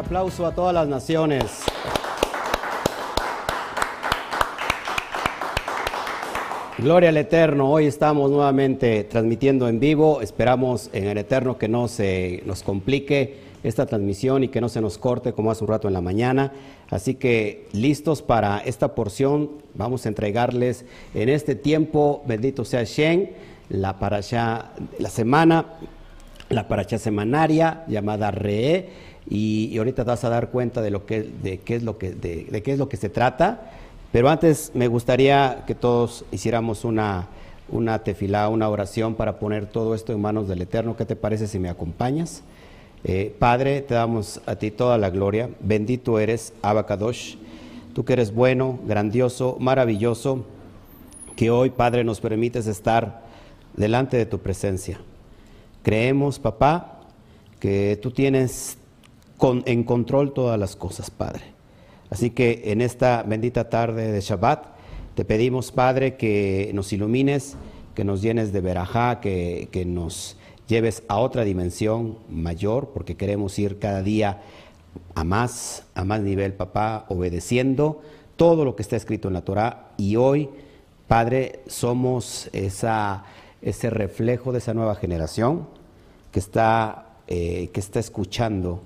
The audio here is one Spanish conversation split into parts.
aplauso a todas las naciones. Gloria al Eterno. Hoy estamos nuevamente transmitiendo en vivo. Esperamos en el Eterno que no se nos complique esta transmisión y que no se nos corte como hace un rato en la mañana. Así que listos para esta porción. Vamos a entregarles en este tiempo, bendito sea Shen, la parashá, la semana, la parashá semanaria llamada Re. Y ahorita te vas a dar cuenta de qué es lo que se trata. Pero antes me gustaría que todos hiciéramos una tefilá, una oración para poner todo esto en manos del Eterno. ¿Qué te parece si me acompañas? Padre, te damos a ti toda la gloria. Bendito eres, Abba Kadosh, tú que eres bueno, grandioso, maravilloso, que hoy, Padre, nos permites estar delante de tu presencia. Creemos, papá, que tú tienes en control todas las cosas, Padre. Así que en esta bendita tarde de Shabbat, te pedimos, Padre, que nos ilumines, que nos llenes de verajá, que nos lleves a otra dimensión mayor, porque queremos ir cada día a más nivel, papá, obedeciendo todo lo que está escrito en la Torah. Y hoy, Padre, somos ese reflejo de esa nueva generación que está escuchando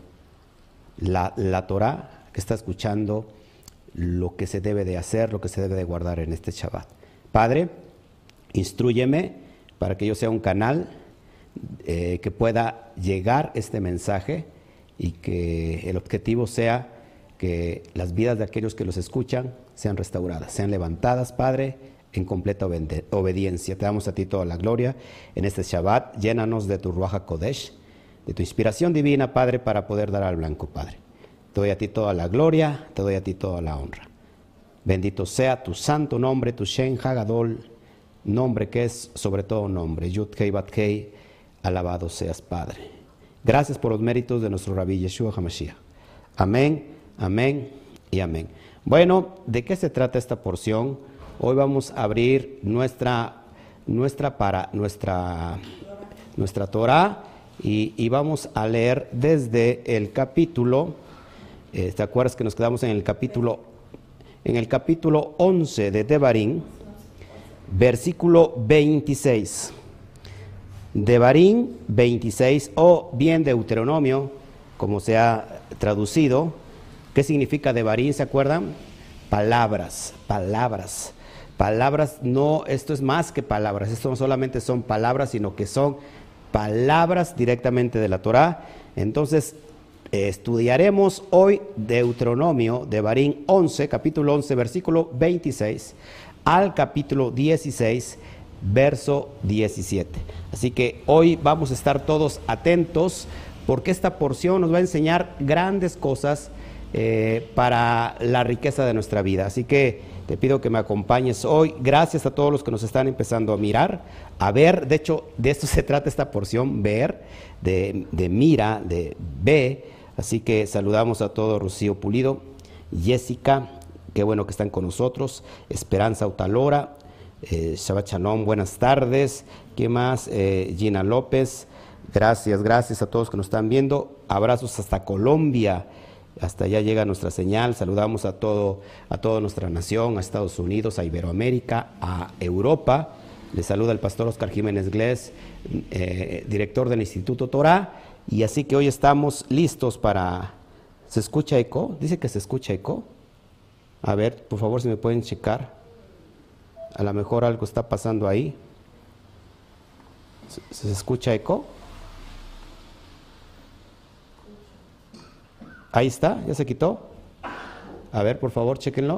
la Torah, que está escuchando lo que se debe de hacer, lo que se debe de guardar en este Shabbat. Padre, instrúyeme para que yo sea un canal que pueda llegar este mensaje y que el objetivo sea que las vidas de aquellos que los escuchan sean restauradas, sean levantadas, Padre, en completa obediencia. Te damos a ti toda la gloria en este Shabbat. Llénanos de tu Ruach HaKodesh, de tu inspiración divina, Padre, para poder dar al blanco, Padre. Te doy a ti toda la gloria, te doy a ti toda la honra. Bendito sea tu santo nombre, tu Shen Hagadol, nombre que es sobre todo nombre. Yud Kei Bat Kei, alabado seas, Padre. Gracias por los méritos de nuestro Rabí Yeshua HaMashiach. Amén, amén y amén. Bueno, ¿de qué se trata esta porción? Hoy vamos a abrir nuestra Torah y vamos a leer desde el capítulo. ¿Te acuerdas que nos quedamos en el capítulo 11 de Devarim, versículo 26? Devarim 26, o bien Deuteronomio, como se ha traducido. ¿Qué significa Devarim? ¿Se acuerdan? Palabras. No, esto es más que palabras. Esto no solamente son palabras, sino que son palabras directamente de la Torah. Entonces, estudiaremos hoy Deuteronomio, Devarim 11, capítulo 11, versículo 26, al capítulo 16, verso 17. Así que hoy vamos a estar todos atentos, porque esta porción nos va a enseñar grandes cosas para la riqueza de nuestra vida. Así que te pido que me acompañes hoy. Gracias a todos los que nos están empezando a mirar, a ver. De hecho, de esto se trata esta porción, ver, de mira, de ve. Así que saludamos a todo Rocío Pulido, Jessica, qué bueno que están con nosotros, Esperanza Utalora, Shabbat Shalom, buenas tardes. ¿Qué más? Gina López, gracias a todos que nos están viendo. Abrazos hasta Colombia, hasta allá llega nuestra señal. Saludamos a toda nuestra nación, a Estados Unidos, a Iberoamérica, a Europa. Les saluda el pastor Oscar Jiménez Glés, director del Instituto Torah. Y así que hoy estamos listos para... ¿Se escucha eco? Dice que se escucha eco. A ver, por favor, si me pueden checar. A lo mejor algo está pasando ahí. ¿Se escucha eco? Ahí está, ¿ya se quitó? A ver, por favor, chéquenlo.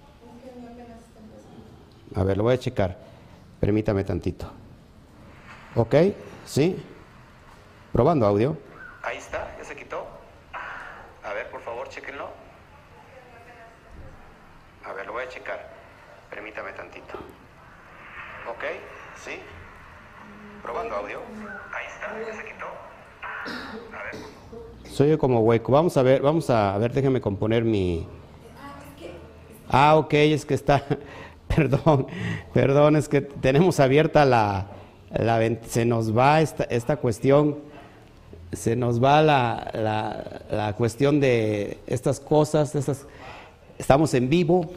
A ver, lo voy a checar. Permítame tantito. ¿Ok? ¿Sí? Probando audio. Ahí está, ¿ya se quitó? A ver, por favor, chéquenlo. A ver, lo voy a checar. Permítame tantito. ¿Ok? ¿Sí? Probando audio. Ahí está, ¿ya se quitó? A ver. Soy como hueco. Vamos a ver, déjenme componer mi... ok, es que está... Perdón, es que tenemos abierta se nos va esta cuestión. se nos va la cuestión de estas cosas, estamos en vivo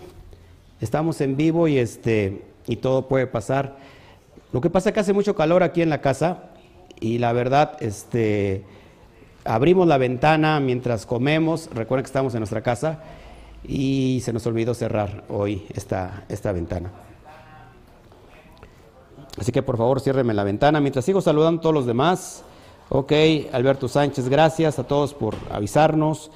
y todo puede pasar. Lo que pasa es que hace mucho calor aquí en la casa y la verdad, abrimos la ventana mientras comemos. Recuerden que estamos en nuestra casa y se nos olvidó cerrar hoy esta ventana. Así que por favor ciérrenme la ventana mientras sigo saludando a todos los demás. Ok, Alberto Sánchez, gracias a todos por avisarnos.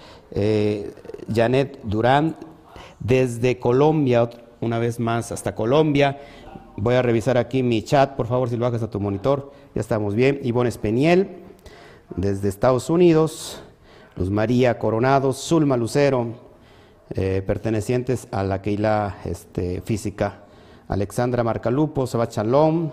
Janet Durán, desde Colombia, una vez más hasta Colombia. Voy a revisar aquí mi chat, por favor, si lo hagas a tu monitor. Ya estamos bien. Ivonne Espeniel, desde Estados Unidos. Luz María Coronado, Zulma Lucero, pertenecientes a la Keilah física. Alexandra Marcalupo, Shabbat Shalom.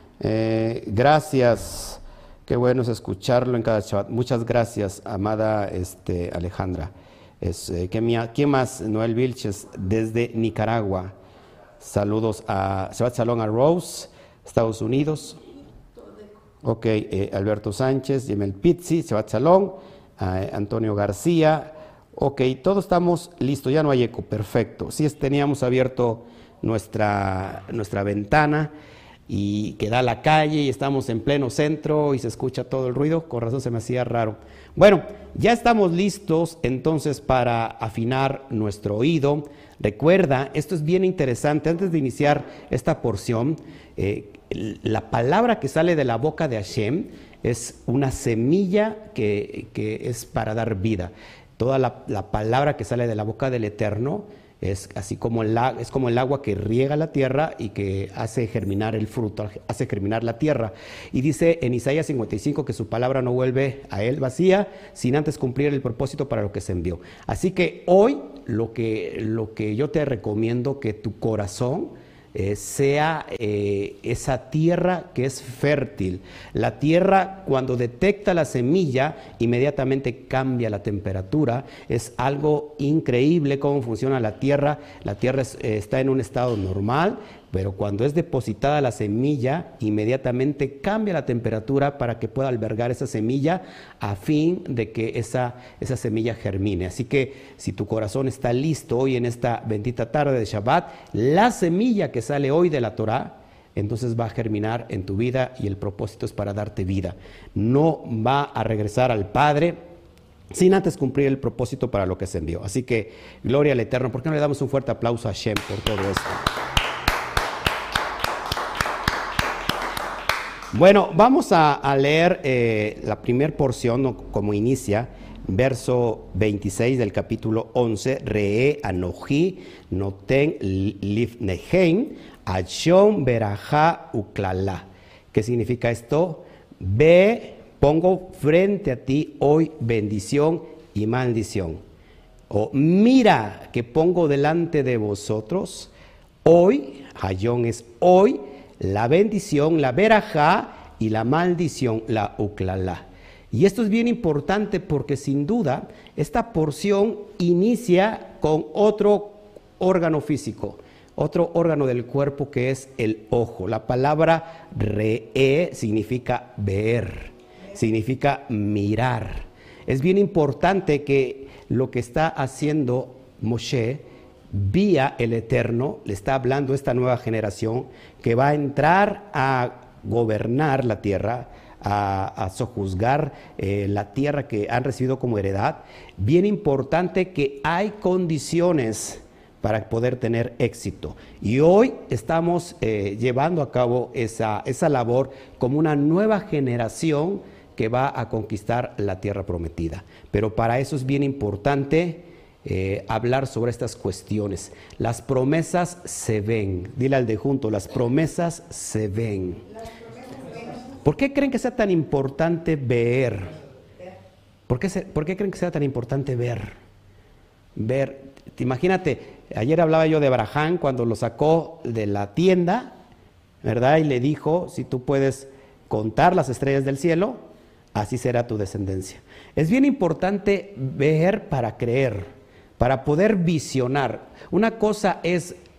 Gracias. Qué bueno es escucharlo en cada Shabbat. Muchas gracias, amada Alejandra. ¿Quién más? Noel Vilches, desde Nicaragua. Saludos a Shabbat Shalom a Rose, Estados Unidos. Ok, Alberto Sánchez, Yemel Pizzi, Shabbat Shalom. Antonio García. Ok, todos estamos listos, ya no hay eco, perfecto. Sí, teníamos abierto nuestra ventana y que da a la calle y estamos en pleno centro y se escucha todo el ruido, con razón se me hacía raro. Bueno, ya estamos listos entonces para afinar nuestro oído. Recuerda, esto es bien interesante, antes de iniciar esta porción, la palabra que sale de la boca de Hashem es una semilla que es para dar vida. Toda la palabra que sale de la boca del Eterno es así como el agua que riega la tierra y que hace germinar el fruto, hace germinar la tierra. Y dice en Isaías 55 que su palabra no vuelve a él vacía, sin antes cumplir el propósito para lo que se envió. Así que hoy lo que yo te recomiendo que tu corazón sea esa tierra que es fértil. La tierra, cuando detecta la semilla, inmediatamente cambia la temperatura. Es algo increíble cómo funciona la tierra. La tierra está en un estado normal, pero cuando es depositada la semilla, inmediatamente cambia la temperatura para que pueda albergar esa semilla a fin de que esa semilla germine. Así que si tu corazón está listo hoy en esta bendita tarde de Shabbat, la semilla que sale hoy de la Torah, entonces va a germinar en tu vida y el propósito es para darte vida. No va a regresar al Padre sin antes cumplir el propósito para lo que se envió. Así que gloria al Eterno. ¿Por qué no le damos un fuerte aplauso a Hashem por todo esto? Bueno, vamos a leer la primera porción, como inicia, verso 26 del capítulo 11, Re'e Anoji Noten Lifnehem Ashom Berajá Uklala. ¿Qué significa esto? Ve, pongo frente a ti hoy bendición y maldición. O mira que pongo delante de vosotros hoy, Hayón es hoy, la bendición, la verajá, y la maldición, la uklala. Y esto es bien importante porque sin duda esta porción inicia con otro órgano físico, otro órgano del cuerpo que es el ojo. La palabra re'e significa ver, significa mirar. Es bien importante que lo que está haciendo Moshe vía el Eterno, le está hablando a esta nueva generación que va a entrar a gobernar la tierra, a sojuzgar la tierra que han recibido como heredad. Bien importante que hay condiciones para poder tener éxito. Y hoy estamos llevando a cabo esa labor como una nueva generación que va a conquistar la tierra prometida. Pero para eso es bien importante hablar sobre estas cuestiones. Las promesas se ven. Dile al de junto, las promesas se ven. ¿Por qué creen que sea tan importante ver? ¿Por qué creen que sea tan importante ver? Ver. Imagínate, ayer hablaba yo de Abraham cuando lo sacó de la tienda, ¿verdad? Y le dijo, si tú puedes contar las estrellas del cielo, así será tu descendencia. Es bien importante ver para creer, para poder visionar. Una cosa es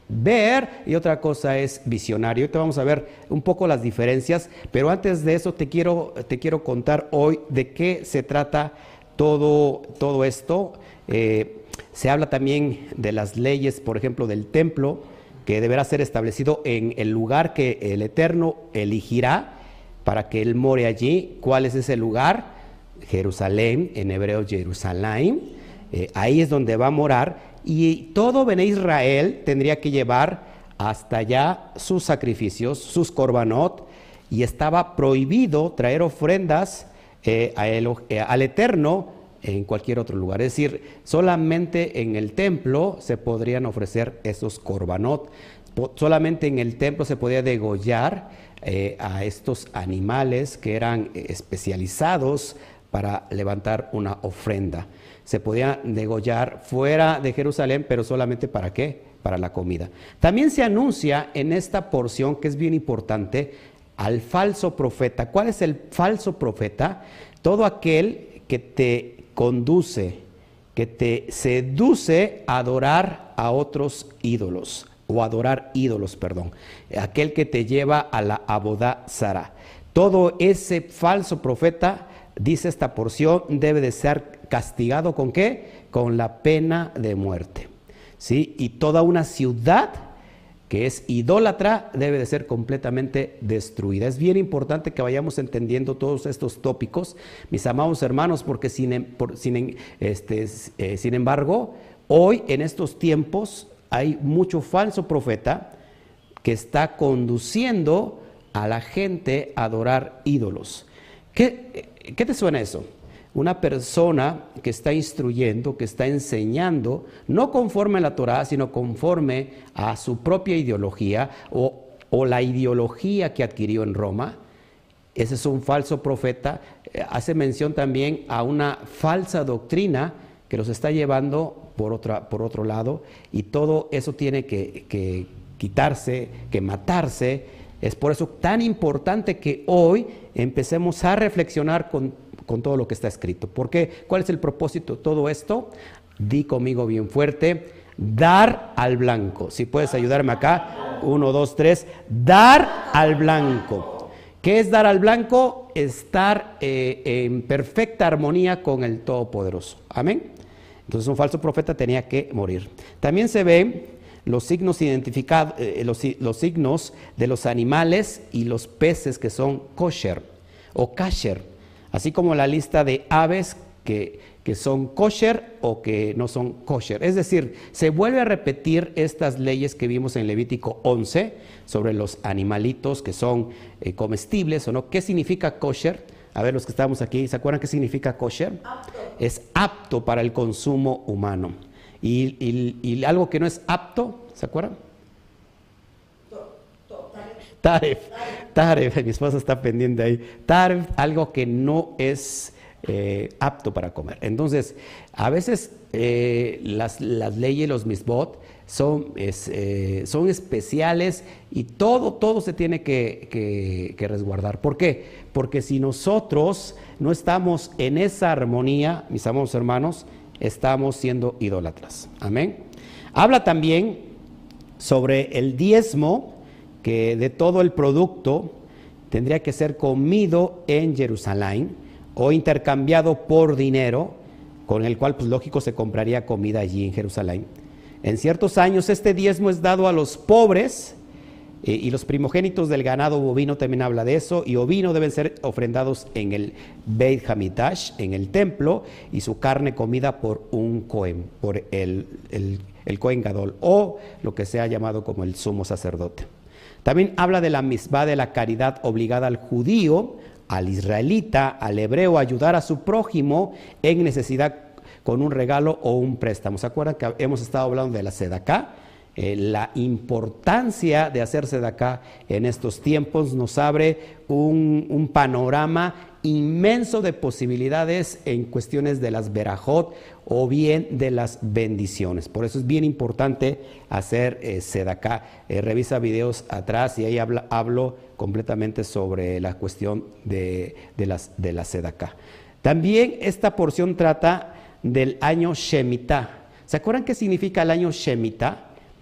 ver y otra cosa es visionario. Ahorita vamos a ver un poco las diferencias, pero antes de eso te quiero contar hoy de qué se trata todo esto. Se habla también de las leyes, por ejemplo, del templo, que deberá ser establecido en el lugar que el Eterno elegirá para que Él more allí. ¿Cuál es ese lugar? Jerusalén, en hebreo Jerusalén. Ahí es donde va a morar, y todo Bené Israel tendría que llevar hasta allá sus sacrificios, sus korbanot, y estaba prohibido traer ofrendas al Eterno en cualquier otro lugar. Es decir, solamente en el templo se podrían ofrecer esos korbanot, solamente en el templo se podía degollar a estos animales que eran especializados para levantar una ofrenda. Se podía degollar fuera de Jerusalén, pero solamente ¿para qué? Para la comida. También se anuncia en esta porción, que es bien importante, al falso profeta. ¿Cuál es el falso profeta? Todo aquel que te conduce, que te seduce a adorar a otros ídolos, o adorar ídolos, perdón. Aquel que te lleva a la abodá zara. Todo ese falso profeta, dice esta porción, debe de ser castigado ¿con qué? Con la pena de muerte, ¿sí? Y toda una ciudad que es idólatra debe de ser completamente destruida. Es bien importante que vayamos entendiendo todos estos tópicos, mis amados hermanos, porque sin embargo, hoy en estos tiempos hay mucho falso profeta que está conduciendo a la gente a adorar ídolos. ¿Qué te suena eso? Una persona que está instruyendo, que está enseñando, no conforme a la Torá, sino conforme a su propia ideología o la ideología que adquirió en Roma. Ese es un falso profeta. Hace mención también a una falsa doctrina que los está llevando por otro lado, y todo eso tiene que quitarse, que matarse. Es por eso tan importante que hoy empecemos a reflexionar con todo lo que está escrito. ¿Por qué? ¿Cuál es el propósito de todo esto? Di conmigo bien fuerte: dar al blanco. Si puedes ayudarme acá, 1, 2, 3, dar al blanco. ¿Qué es dar al blanco? Estar en perfecta armonía con el Todopoderoso. Amén. Entonces un falso profeta tenía que morir. También se ven los signos identificados, los signos de los animales y los peces que son kosher o kasher, así como la lista de aves que son kosher o que no son kosher. Es decir, se vuelve a repetir estas leyes que vimos en Levítico 11 sobre los animalitos que son comestibles o no. ¿Qué significa kosher? A ver, los que estamos aquí, ¿se acuerdan qué significa kosher? Apto. Es apto para el consumo humano. Y algo que no es apto, ¿se acuerdan? Taref, mi esposa está pendiente ahí. Taref, algo que no es apto para comer. Entonces, a veces las leyes, los misbot, son especiales, y todo se tiene que resguardar. ¿Por qué? Porque si nosotros no estamos en esa armonía, mis amados hermanos, estamos siendo idólatras. Amén. Habla también sobre el diezmo, que de todo el producto tendría que ser comido en Jerusalén o intercambiado por dinero, con el cual, pues lógico, se compraría comida allí en Jerusalén. En ciertos años este diezmo es dado a los pobres, y los primogénitos del ganado bovino también habla de eso, y ovino deben ser ofrendados en el Beit Hamikdash, en el templo, y su carne comida por un Cohen, por el Cohen Gadol, o lo que se ha llamado como el sumo sacerdote. También habla de la misbah, de la caridad obligada al judío, al israelita, al hebreo, a ayudar a su prójimo en necesidad con un regalo o un préstamo. ¿Se acuerdan que hemos estado hablando de la sedaká? La importancia de hacer sedaká en estos tiempos nos abre un panorama inmenso de posibilidades en cuestiones de las berajot o bien de las bendiciones. Por eso es bien importante hacer sedaká. Revisa videos atrás y ahí hablo completamente sobre la cuestión de la sedaká. También esta porción trata del año Shemitah. ¿Se acuerdan qué significa el año Shemitah?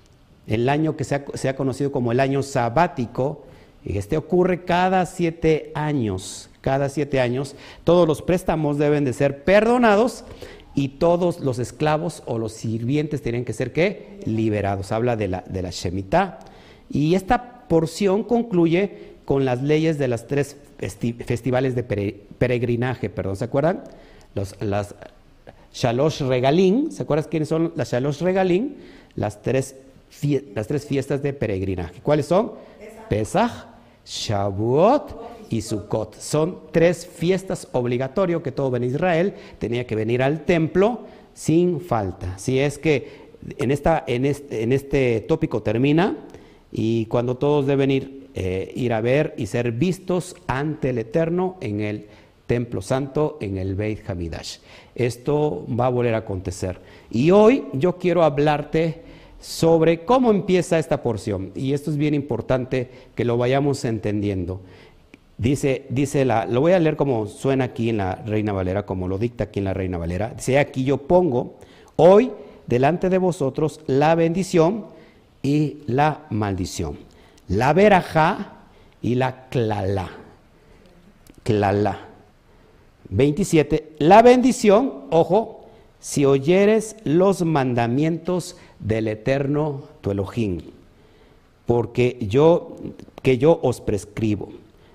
el año que se ha conocido como el año sabático. Este ocurre cada 7 años. Cada 7 años todos los préstamos deben de ser perdonados y todos los esclavos o los sirvientes tienen que ser ¿qué? Liberados. Habla de la Shemitah. Y esta porción concluye con las leyes de las 3 festivales de peregrinaje, ¿se acuerdan? Las Shalosh Regalim, ¿se acuerdan quiénes son las Shalosh Regalim? Las tres fiestas de peregrinaje. ¿Cuáles son? Pesach, Shavuot y Sukkot. Son 3 fiestas obligatorias que todo Ben Israel tenía que venir al templo sin falta. Si es que en este tópico termina, y cuando todos deben ir a ver y ser vistos ante el Eterno en el Templo Santo, en el Beit Hamidash. Esto va a volver a acontecer. Y hoy yo quiero hablarte sobre cómo empieza esta porción. Y esto es bien importante que lo vayamos entendiendo. Lo voy a leer como suena aquí en la Reina Valera, como lo dicta aquí en la Reina Valera. Dice: aquí yo pongo hoy delante de vosotros la bendición y la maldición, la verajá y la clalá. 27. La bendición, ojo, si oyeres los mandamientos del Eterno tu Elohim, que yo os prescribo.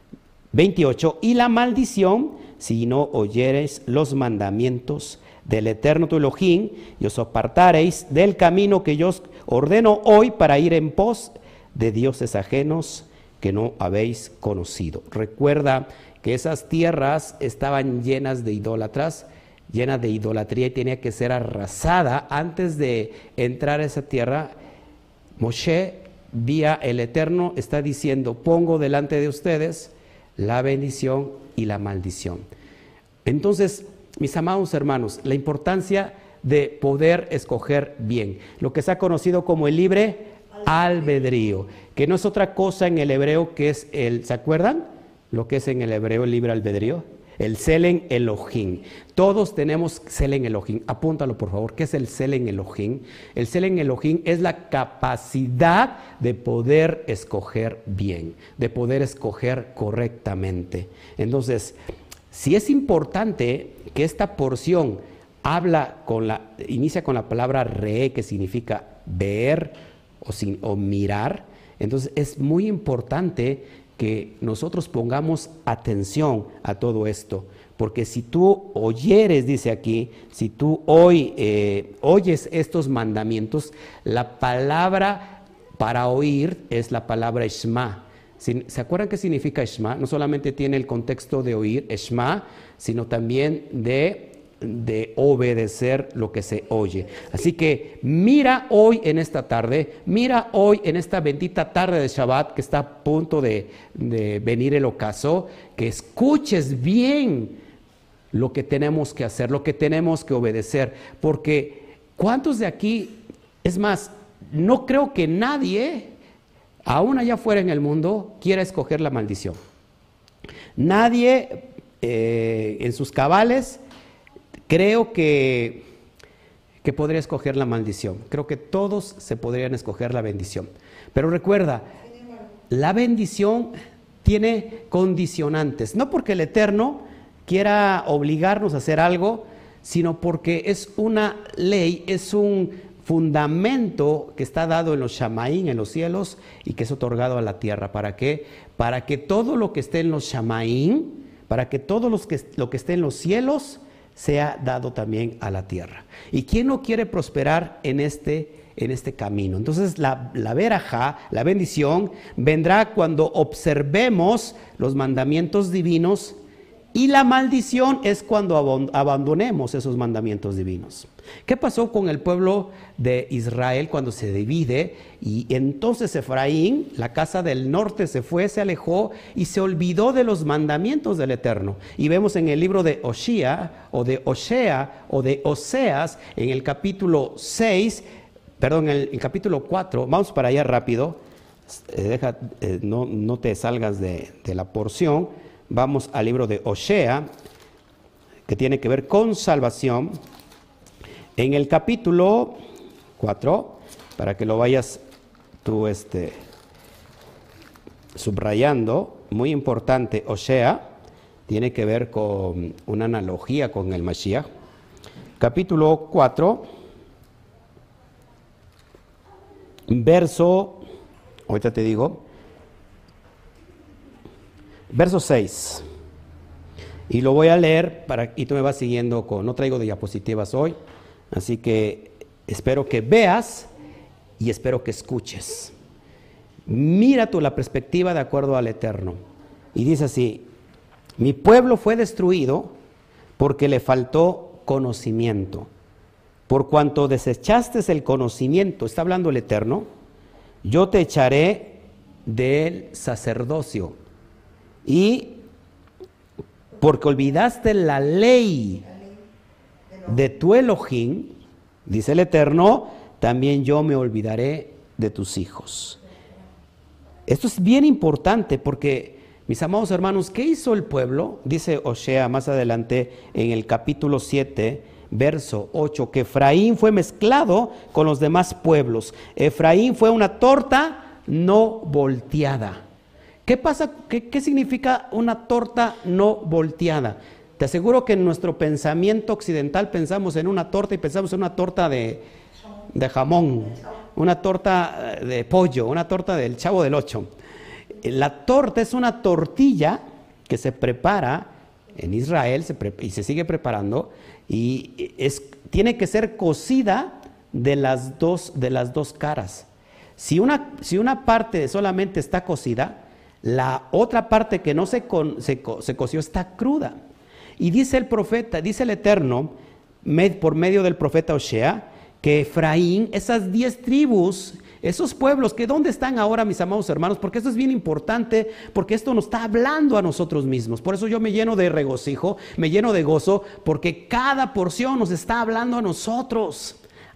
28. Y la maldición, si no oyeres los mandamientos del Eterno tu Elohim, y os apartareis del camino que yo os ordeno hoy para ir en pos de dioses ajenos que no habéis conocido. Recuerda que esas tierras estaban llenas de idólatras, llenas de idolatría, y tenía que ser arrasada. Antes de entrar a esa tierra, Moshe, vía el Eterno, está diciendo: pongo delante de ustedes la bendición y la maldición. Entonces, mis amados hermanos, la importancia de poder escoger bien, lo que se ha conocido como el libre albedrío, que no es otra cosa en el hebreo que es ¿se acuerdan? Lo que es en el hebreo el libre albedrío, el Selen Elohim. Todos tenemos Selen Elohim. Apúntalo, por favor. ¿Qué es el Selen Elohim? El Selen Elohim es la capacidad de poder escoger bien, de poder escoger correctamente. Entonces, si es importante que esta porción inicia con la palabra re, que significa ver o mirar, entonces es muy importante que nosotros pongamos atención a todo esto, porque si tú oyeres, dice aquí, si tú oyes estos mandamientos, la palabra para oír es la palabra Shema. ¿Se acuerdan qué significa Shema? No solamente tiene el contexto de oír, Shema, sino también de obedecer lo que se oye. Así que mira hoy en esta tarde, mira hoy en esta bendita tarde de Shabbat que está a punto de venir el ocaso, que escuches bien lo que tenemos que hacer, lo que tenemos que obedecer, porque ¿cuántos de aquí? Es más, no creo que nadie, aún allá afuera en el mundo, quiera escoger la maldición. Nadie en sus cabales creo que podría escoger la maldición. Creo que todos se podrían escoger la bendición. Pero recuerda, la bendición tiene condicionantes. No porque el Eterno quiera obligarnos a hacer algo, sino porque es una ley, es un fundamento que está dado en los Shamaín, en los cielos, y que es otorgado a la tierra. ¿Para qué? Para que todo lo que esté en los Shamaín, para que todo lo que esté en los cielos sea dado también a la tierra. ¿Y quién no quiere prosperar en este camino? Entonces la verajá, la bendición, vendrá cuando observemos los mandamientos divinos, y la maldición es cuando abandonemos esos mandamientos divinos. ¿Qué pasó con el pueblo de Israel cuando se divide? Y entonces Efraín, la casa del norte, se alejó y se olvidó de los mandamientos del Eterno. Y vemos en el libro de Oseas, en el capítulo 6, en el capítulo 4, vamos para allá rápido, no te salgas de la porción. Vamos al libro de Oseas, que tiene que ver con salvación. En el capítulo 4, para que lo vayas subrayando, muy importante, Osea, tiene que ver con una analogía con el Mashiach. Capítulo 4, ahorita te digo, verso 6. Y lo voy a leer y tú me vas siguiendo no traigo diapositivas hoy, así que espero que veas y espero que escuches. Mira tú la perspectiva de acuerdo al Eterno. Y dice así: mi pueblo fue destruido porque le faltó conocimiento. Por cuanto desechaste el conocimiento, está hablando el Eterno, yo te echaré del sacerdocio. Y porque olvidaste la ley de tu Elohim, dice el Eterno, también yo me olvidaré de tus hijos. Esto es bien importante porque, mis amados hermanos, ¿qué hizo el pueblo? Dice Osea más adelante en el capítulo 7, verso 8, que Efraín fue mezclado con los demás pueblos. Efraín fue una torta no volteada. ¿Qué pasa? ¿Qué significa una torta no volteada? Te aseguro que en nuestro pensamiento occidental pensamos en una torta y pensamos en una torta de jamón, una torta de pollo, una torta del Chavo del Ocho. La torta es una tortilla que se prepara en Israel y se sigue preparando y tiene que ser cocida de las dos caras. Si una parte solamente está cocida, la otra parte que no se coció está cruda. Y dice el profeta, dice el Eterno, por medio del profeta Osea, que Efraín, esas 10 tribus, esos pueblos, que ¿dónde están ahora, mis amados hermanos? Porque esto es bien importante, porque esto nos está hablando a nosotros mismos. Por eso yo me lleno de regocijo, me lleno de gozo, porque cada porción nos está hablando a nosotros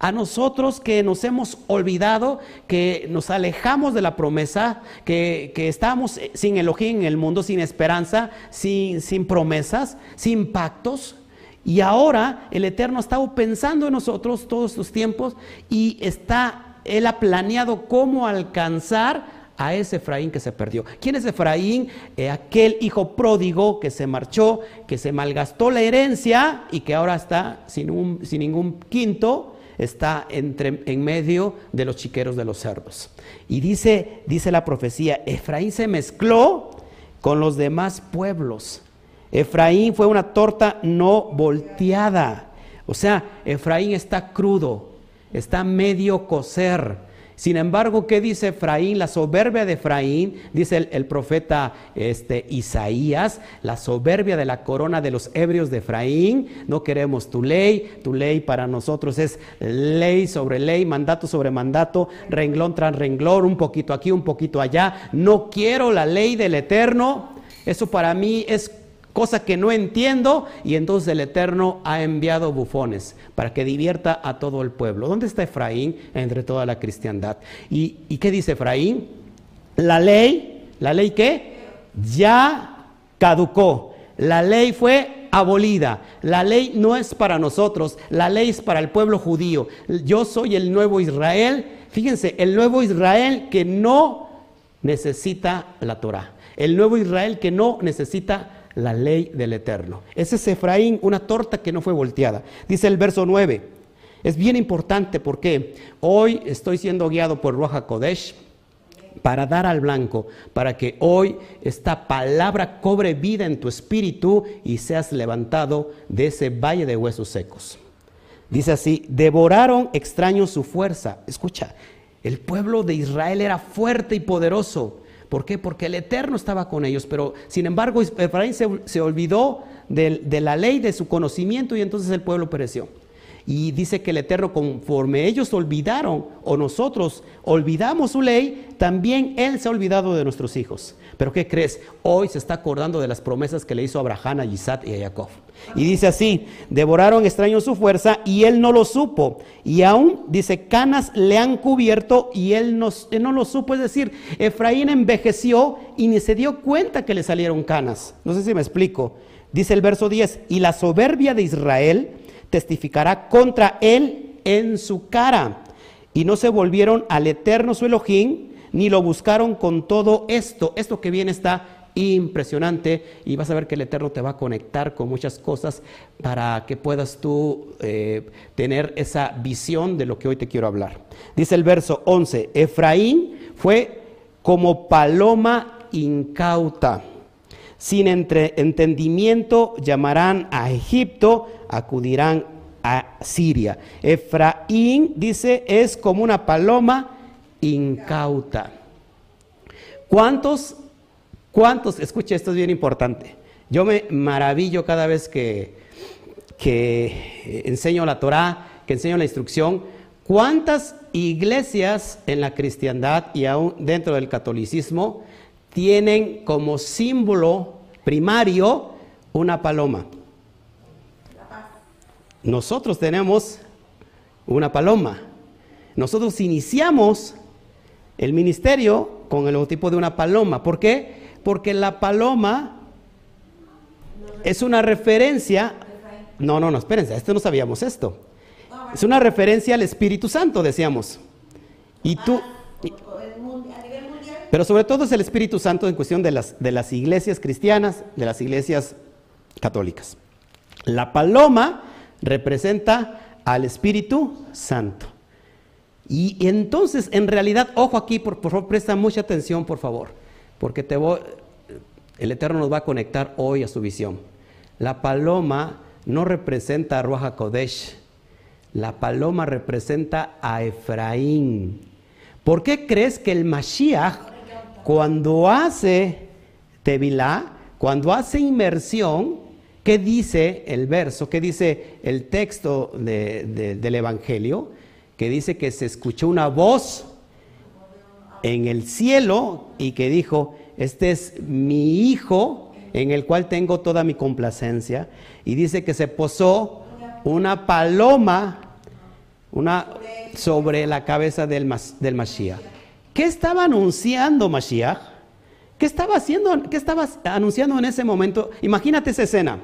que nos hemos olvidado, que nos alejamos de la promesa, que estamos sin Elohim en el mundo, sin esperanza, sin promesas, sin pactos. Y ahora el Eterno ha estado pensando en nosotros todos estos tiempos y Él ha planeado cómo alcanzar a ese Efraín que se perdió. ¿Quién es Efraín? Aquel hijo pródigo que se marchó, que se malgastó la herencia y que ahora está sin ningún quinto, está en medio de los chiqueros de los cerdos. Y dice la profecía, Efraín se mezcló con los demás pueblos. Efraín fue una torta no volteada. O sea, Efraín está crudo, está medio cocer. Sin embargo, ¿qué dice Efraín? La soberbia de Efraín, dice el profeta Isaías, la soberbia de la corona de los ebrios de Efraín. No queremos tu ley para nosotros es ley sobre ley, mandato sobre mandato, renglón tras renglón, un poquito aquí, un poquito allá. No quiero la ley del Eterno, eso para mí es cosa que no entiendo, y entonces el Eterno ha enviado bufones para que divierta a todo el pueblo. ¿Dónde está Efraín entre toda la cristiandad? ¿Y qué dice Efraín? La ley ¿qué? Ya caducó. La ley fue abolida. La ley no es para nosotros, la ley es para el pueblo judío. Yo soy el nuevo Israel. Fíjense, el nuevo Israel que no necesita la Torah. El nuevo Israel que no necesita la ley del Eterno. Ese es Efraín, una torta que no fue volteada. Dice el verso 9. Es bien importante porque hoy estoy siendo guiado por Ruach HaKodesh para dar al blanco, para que hoy esta palabra cobre vida en tu espíritu y seas levantado de ese valle de huesos secos. Dice así, devoraron extraños su fuerza. Escucha, el pueblo de Israel era fuerte y poderoso. ¿Por qué? Porque el Eterno estaba con ellos, pero sin embargo Efraín se olvidó de la ley, de su conocimiento, y entonces el pueblo pereció. Y dice que el Eterno, conforme ellos olvidaron, o nosotros olvidamos su ley, también Él se ha olvidado de nuestros hijos. Pero ¿qué crees? Hoy se está acordando de las promesas que le hizo a Abraham, a Isaac y a Jacob. Y dice así, devoraron extraños su fuerza y él no lo supo. Y aún, dice, canas le han cubierto y él no lo supo. Es decir, Efraín envejeció y ni se dio cuenta que le salieron canas. No sé si me explico. Dice el verso 10, y la soberbia de Israel testificará contra él en su cara. y no se volvieron al Eterno su Elohim, ni lo buscaron con todo esto. Esto que viene está impresionante y vas a ver que el Eterno te va a conectar con muchas cosas para que puedas tú tener esa visión de lo que hoy te quiero hablar. Dice el verso 11, Efraín fue como paloma incauta, sin entendimiento llamarán a Egipto, acudirán a Siria. Efraín, dice, es como una paloma incauta. ¿Cuántos, escucha, esto es bien importante, yo me maravillo cada vez que enseño la Torá, que enseño la instrucción, cuántas iglesias en la cristiandad y aún dentro del catolicismo tienen como símbolo primario una paloma. Nosotros tenemos una paloma. Nosotros iniciamos el ministerio con el logotipo de una paloma. ¿Por qué? Porque la paloma es una referencia. No, espérense, no sabíamos esto. Es una referencia al Espíritu Santo, decíamos. Y tú, pero sobre todo es el Espíritu Santo en cuestión de las iglesias cristianas, de las iglesias católicas. La paloma representa al Espíritu Santo. Y entonces, en realidad, ojo aquí, por favor, presta mucha atención, por favor, porque el Eterno nos va a conectar hoy a su visión. La paloma no representa a Ruach HaKodesh, la paloma representa a Efraín. ¿Por qué crees que el Mashiach, cuando hace tevilá, cuando hace inmersión, qué dice el verso, qué dice el texto del Evangelio? Que dice que se escuchó una voz en el cielo y que dijo, este es mi hijo en el cual tengo toda mi complacencia. Y dice que se posó una paloma sobre la cabeza del Mashiach. ¿Qué estaba anunciando Mashiach? ¿Qué estaba haciendo? ¿Qué estaba anunciando en ese momento? Imagínate esa escena.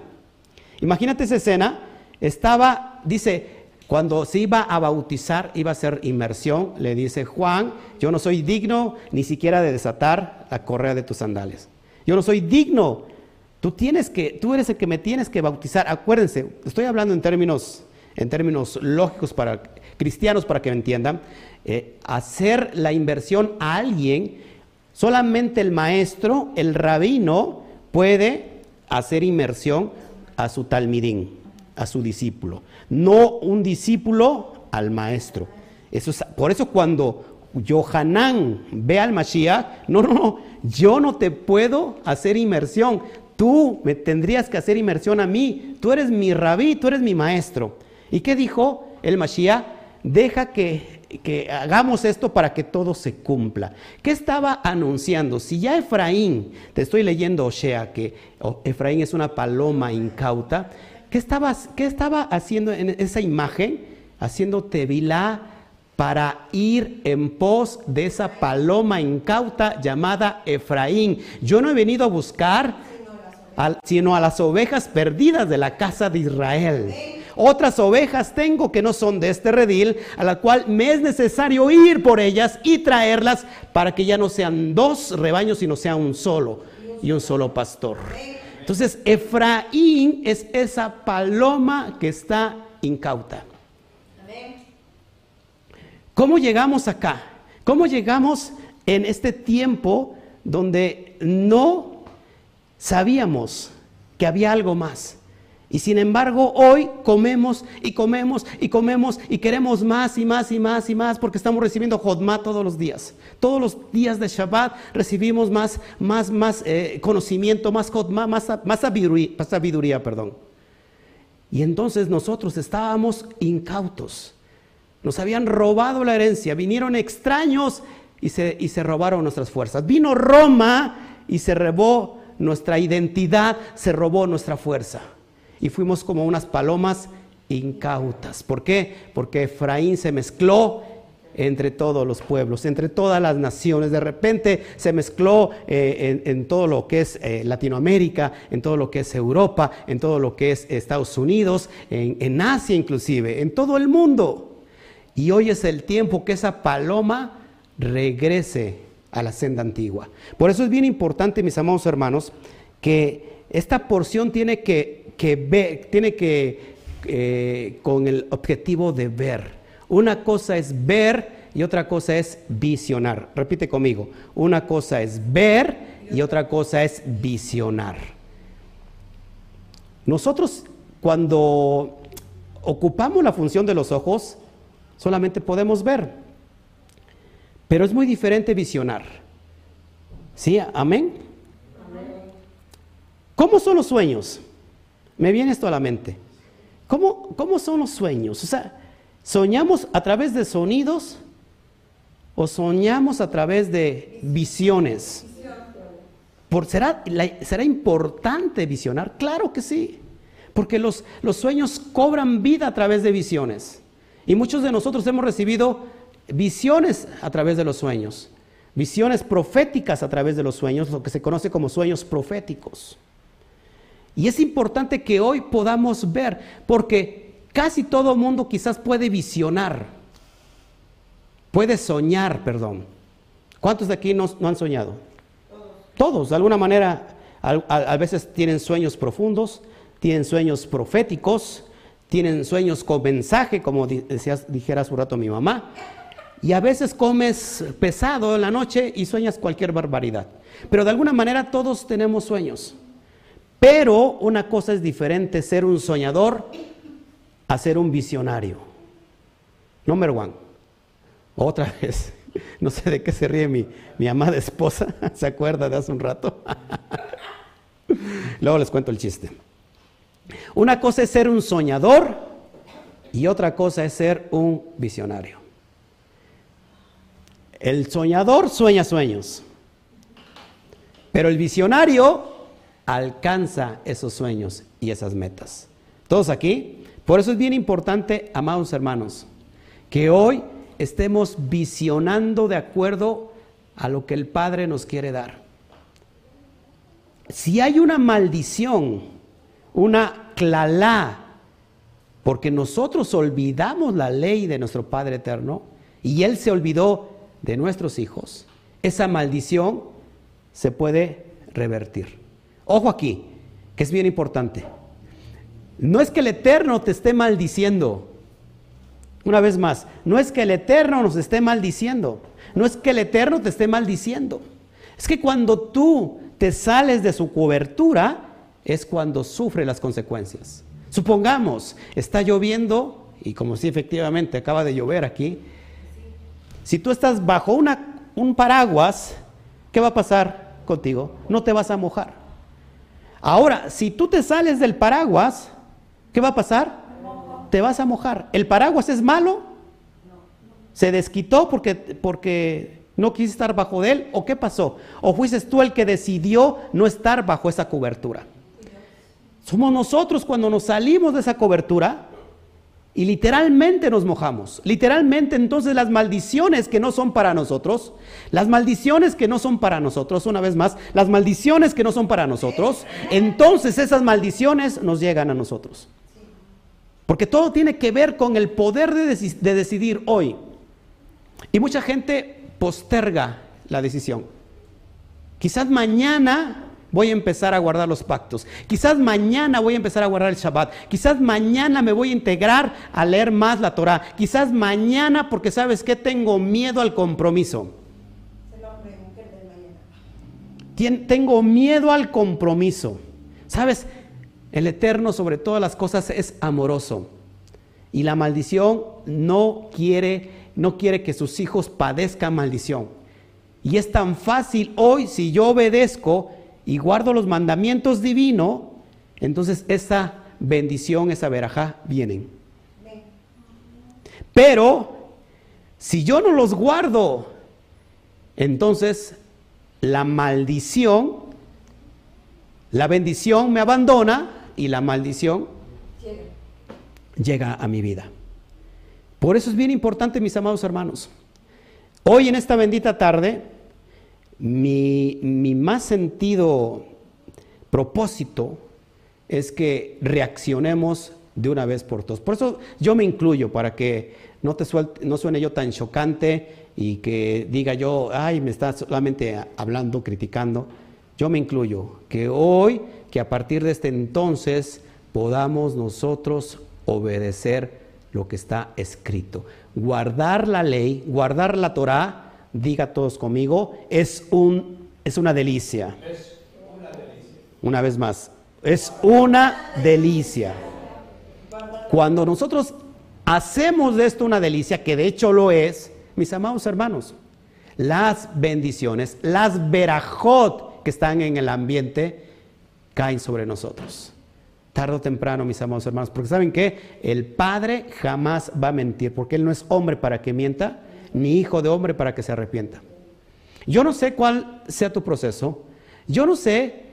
Dice, cuando se iba a bautizar, iba a hacer inmersión, le dice Juan, yo no soy digno ni siquiera de desatar la correa de tus sandalias. Yo no soy digno. Tú eres el que me tienes que bautizar. Acuérdense, estoy hablando en términos lógicos para cristianos para que me entiendan. Hacer la inversión a alguien, solamente el maestro, el rabino, puede hacer inmersión a su talmidín, a su discípulo, no un discípulo al maestro. Por eso cuando Yohanan ve al Mashiach, no, yo no te puedo hacer inmersión, tú me tendrías que hacer inmersión a mí, tú eres mi rabí, tú eres mi maestro. ¿Y qué dijo el Mashiach? Deja que hagamos esto para que todo se cumpla. ¿Qué estaba anunciando? Si ya Efraín, te estoy leyendo Osea, que Efraín es una paloma incauta, ¿qué estaba haciendo en esa imagen? Haciendo tevilá para ir en pos de esa paloma incauta llamada Efraín. Yo no he venido a buscar sino a las ovejas perdidas de la casa de Israel. Otras ovejas tengo que no son de este redil, a la cual me es necesario ir por ellas y traerlas para que ya no sean dos rebaños, sino sea un solo y un solo pastor. Entonces, Efraín es esa paloma que está incauta. ¿Cómo llegamos acá? ¿Cómo llegamos en este tiempo donde no sabíamos que había algo más? Y sin embargo, hoy comemos y comemos y comemos y queremos más y más y más y más porque estamos recibiendo Jodmá todos los días. Todos los días de Shabbat recibimos más conocimiento, más Jodmá, más sabiduría. Y entonces nosotros estábamos incautos. Nos habían robado la herencia. Vinieron extraños y se robaron nuestras fuerzas. Vino Roma y se robó nuestra identidad, se robó nuestra fuerza. Y fuimos como unas palomas incautas. ¿Por qué? Porque Efraín se mezcló entre todos los pueblos, entre todas las naciones. De repente se mezcló en todo lo que es Latinoamérica, en todo lo que es Europa, en todo lo que es Estados Unidos, en Asia inclusive, en todo el mundo. Y hoy es el tiempo que esa paloma regrese a la senda antigua. Por eso es bien importante, mis amados hermanos, que esta porción tiene que ver, con el objetivo de ver. Una cosa es ver y otra cosa es visionar. Repite conmigo. Una cosa es ver y otra cosa es visionar. Nosotros, cuando ocupamos la función de los ojos, solamente podemos ver. Pero es muy diferente visionar. ¿Sí? ¿Amén? ¿Cómo son los sueños? Me viene esto a la mente. ¿Cómo son los sueños? O sea, ¿soñamos a través de sonidos o soñamos a través de visiones? ¿Será importante visionar? Claro que sí, porque los sueños cobran vida a través de visiones. Y muchos de nosotros hemos recibido visiones a través de los sueños, visiones proféticas a través de los sueños, lo que se conoce como sueños proféticos. Y es importante que hoy podamos ver, porque casi todo mundo quizás puede visionar, puede soñar, perdón. ¿Cuántos de aquí no han soñado? Todos, de alguna manera, a veces tienen sueños profundos, tienen sueños proféticos, tienen sueños con mensaje, como dijera hace un rato mi mamá, y a veces comes pesado en la noche y sueñas cualquier barbaridad. Pero de alguna manera todos tenemos sueños. Pero una cosa es diferente ser un soñador a ser un visionario. Number one. Otra vez. No sé de qué se ríe mi amada esposa. ¿Se acuerda de hace un rato? Luego les cuento el chiste. Una cosa es ser un soñador y otra cosa es ser un visionario. El soñador sueña sueños, pero el visionario alcanza esos sueños y esas metas. ¿Todos aquí? Por eso es bien importante, amados hermanos, que hoy estemos visionando de acuerdo a lo que el Padre nos quiere dar. Si hay una maldición, una clalá, porque nosotros olvidamos la ley de nuestro Padre eterno y Él se olvidó de nuestros hijos, esa maldición se puede revertir. Ojo aquí, que es bien importante. No es que el Eterno te esté maldiciendo. Una vez más, no es que el Eterno nos esté maldiciendo. No es que el Eterno te esté maldiciendo. Es que cuando tú te sales de su cobertura, es cuando sufre las consecuencias. Supongamos, está lloviendo, y como si efectivamente acaba de llover aquí, si tú estás bajo un paraguas, ¿qué va a pasar contigo? No te vas a mojar. Ahora, si tú te sales del paraguas, ¿qué va a pasar? Te vas a mojar. ¿El paraguas es malo? ¿Se desquitó porque no quisiste estar bajo de él? ¿O qué pasó? ¿O fuiste tú el que decidió no estar bajo esa cobertura? Somos nosotros cuando nos salimos de esa cobertura y literalmente nos mojamos. Literalmente, entonces, las maldiciones que no son para nosotros, las maldiciones que no son para nosotros, una vez más, las maldiciones que no son para nosotros, entonces esas maldiciones nos llegan a nosotros. Porque todo tiene que ver con el poder de decidir hoy. Y mucha gente posterga la decisión. Quizás mañana voy a empezar a guardar los pactos. Quizás mañana voy a empezar a guardar el Shabbat. Quizás mañana me voy a integrar a leer más la Torah. Quizás mañana, porque ¿sabes qué? Tengo miedo al compromiso. Tengo miedo al compromiso. ¿Sabes? El Eterno sobre todas las cosas es amoroso. Y la maldición no quiere que sus hijos padezcan maldición. Y es tan fácil hoy, si yo obedezco y guardo los mandamientos divinos, entonces esa bendición, esa verajá vienen. Pero si yo no los guardo, entonces la maldición, la bendición me abandona y la maldición llega a mi vida. Por eso es bien importante, mis amados hermanos. Hoy en esta bendita tarde, mi más sentido propósito es que reaccionemos de una vez por todas. Por eso yo me incluyo, para que no suene yo tan chocante y que diga yo, ay, me está solamente hablando, criticando. Yo me incluyo, que hoy, que a partir de este entonces podamos nosotros obedecer lo que está escrito. Guardar la ley, guardar la Torá, diga todos conmigo, es una delicia. Es una delicia. Una vez más, es una delicia. Cuando nosotros hacemos de esto una delicia, que de hecho lo es, mis amados hermanos, las bendiciones, las verajot que están en el ambiente, caen sobre nosotros. Tarde o temprano, mis amados hermanos, porque ¿saben qué? El Padre jamás va a mentir, porque Él no es hombre para que mienta, ni hijo de hombre para que se arrepienta. Yo no sé cuál sea tu proceso, yo no sé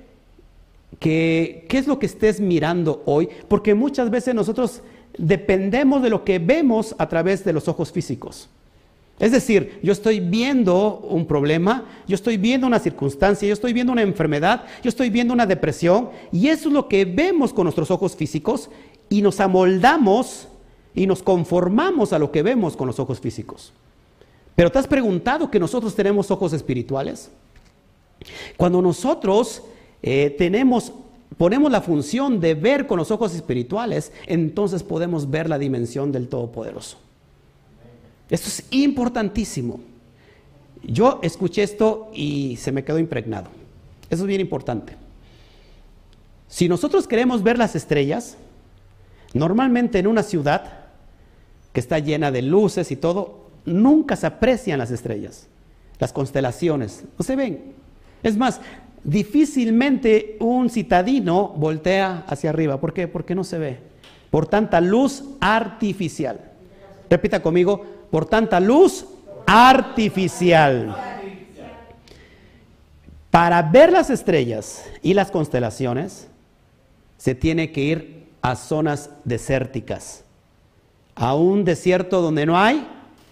qué es lo que estés mirando hoy, porque muchas veces nosotros dependemos de lo que vemos a través de los ojos físicos. Es decir, yo estoy viendo un problema, yo estoy viendo una circunstancia, yo estoy viendo una enfermedad, yo estoy viendo una depresión, y eso es lo que vemos con nuestros ojos físicos, y nos amoldamos y nos conformamos a lo que vemos con los ojos físicos. Pero ¿te has preguntado que nosotros tenemos ojos espirituales? Cuando nosotros ponemos la función de ver con los ojos espirituales, entonces podemos ver la dimensión del Todopoderoso. Esto es importantísimo. Yo escuché esto y se me quedó impregnado. Eso es bien importante. Si nosotros queremos ver las estrellas, normalmente en una ciudad que está llena de luces y todo, nunca se aprecian las estrellas, las constelaciones, no se ven. Es más, difícilmente un citadino voltea hacia arriba. ¿Por qué? Porque no se ve. Por tanta luz artificial. Repita conmigo, por tanta luz artificial. Para ver las estrellas y las constelaciones, se tiene que ir a zonas desérticas, a un desierto donde no hay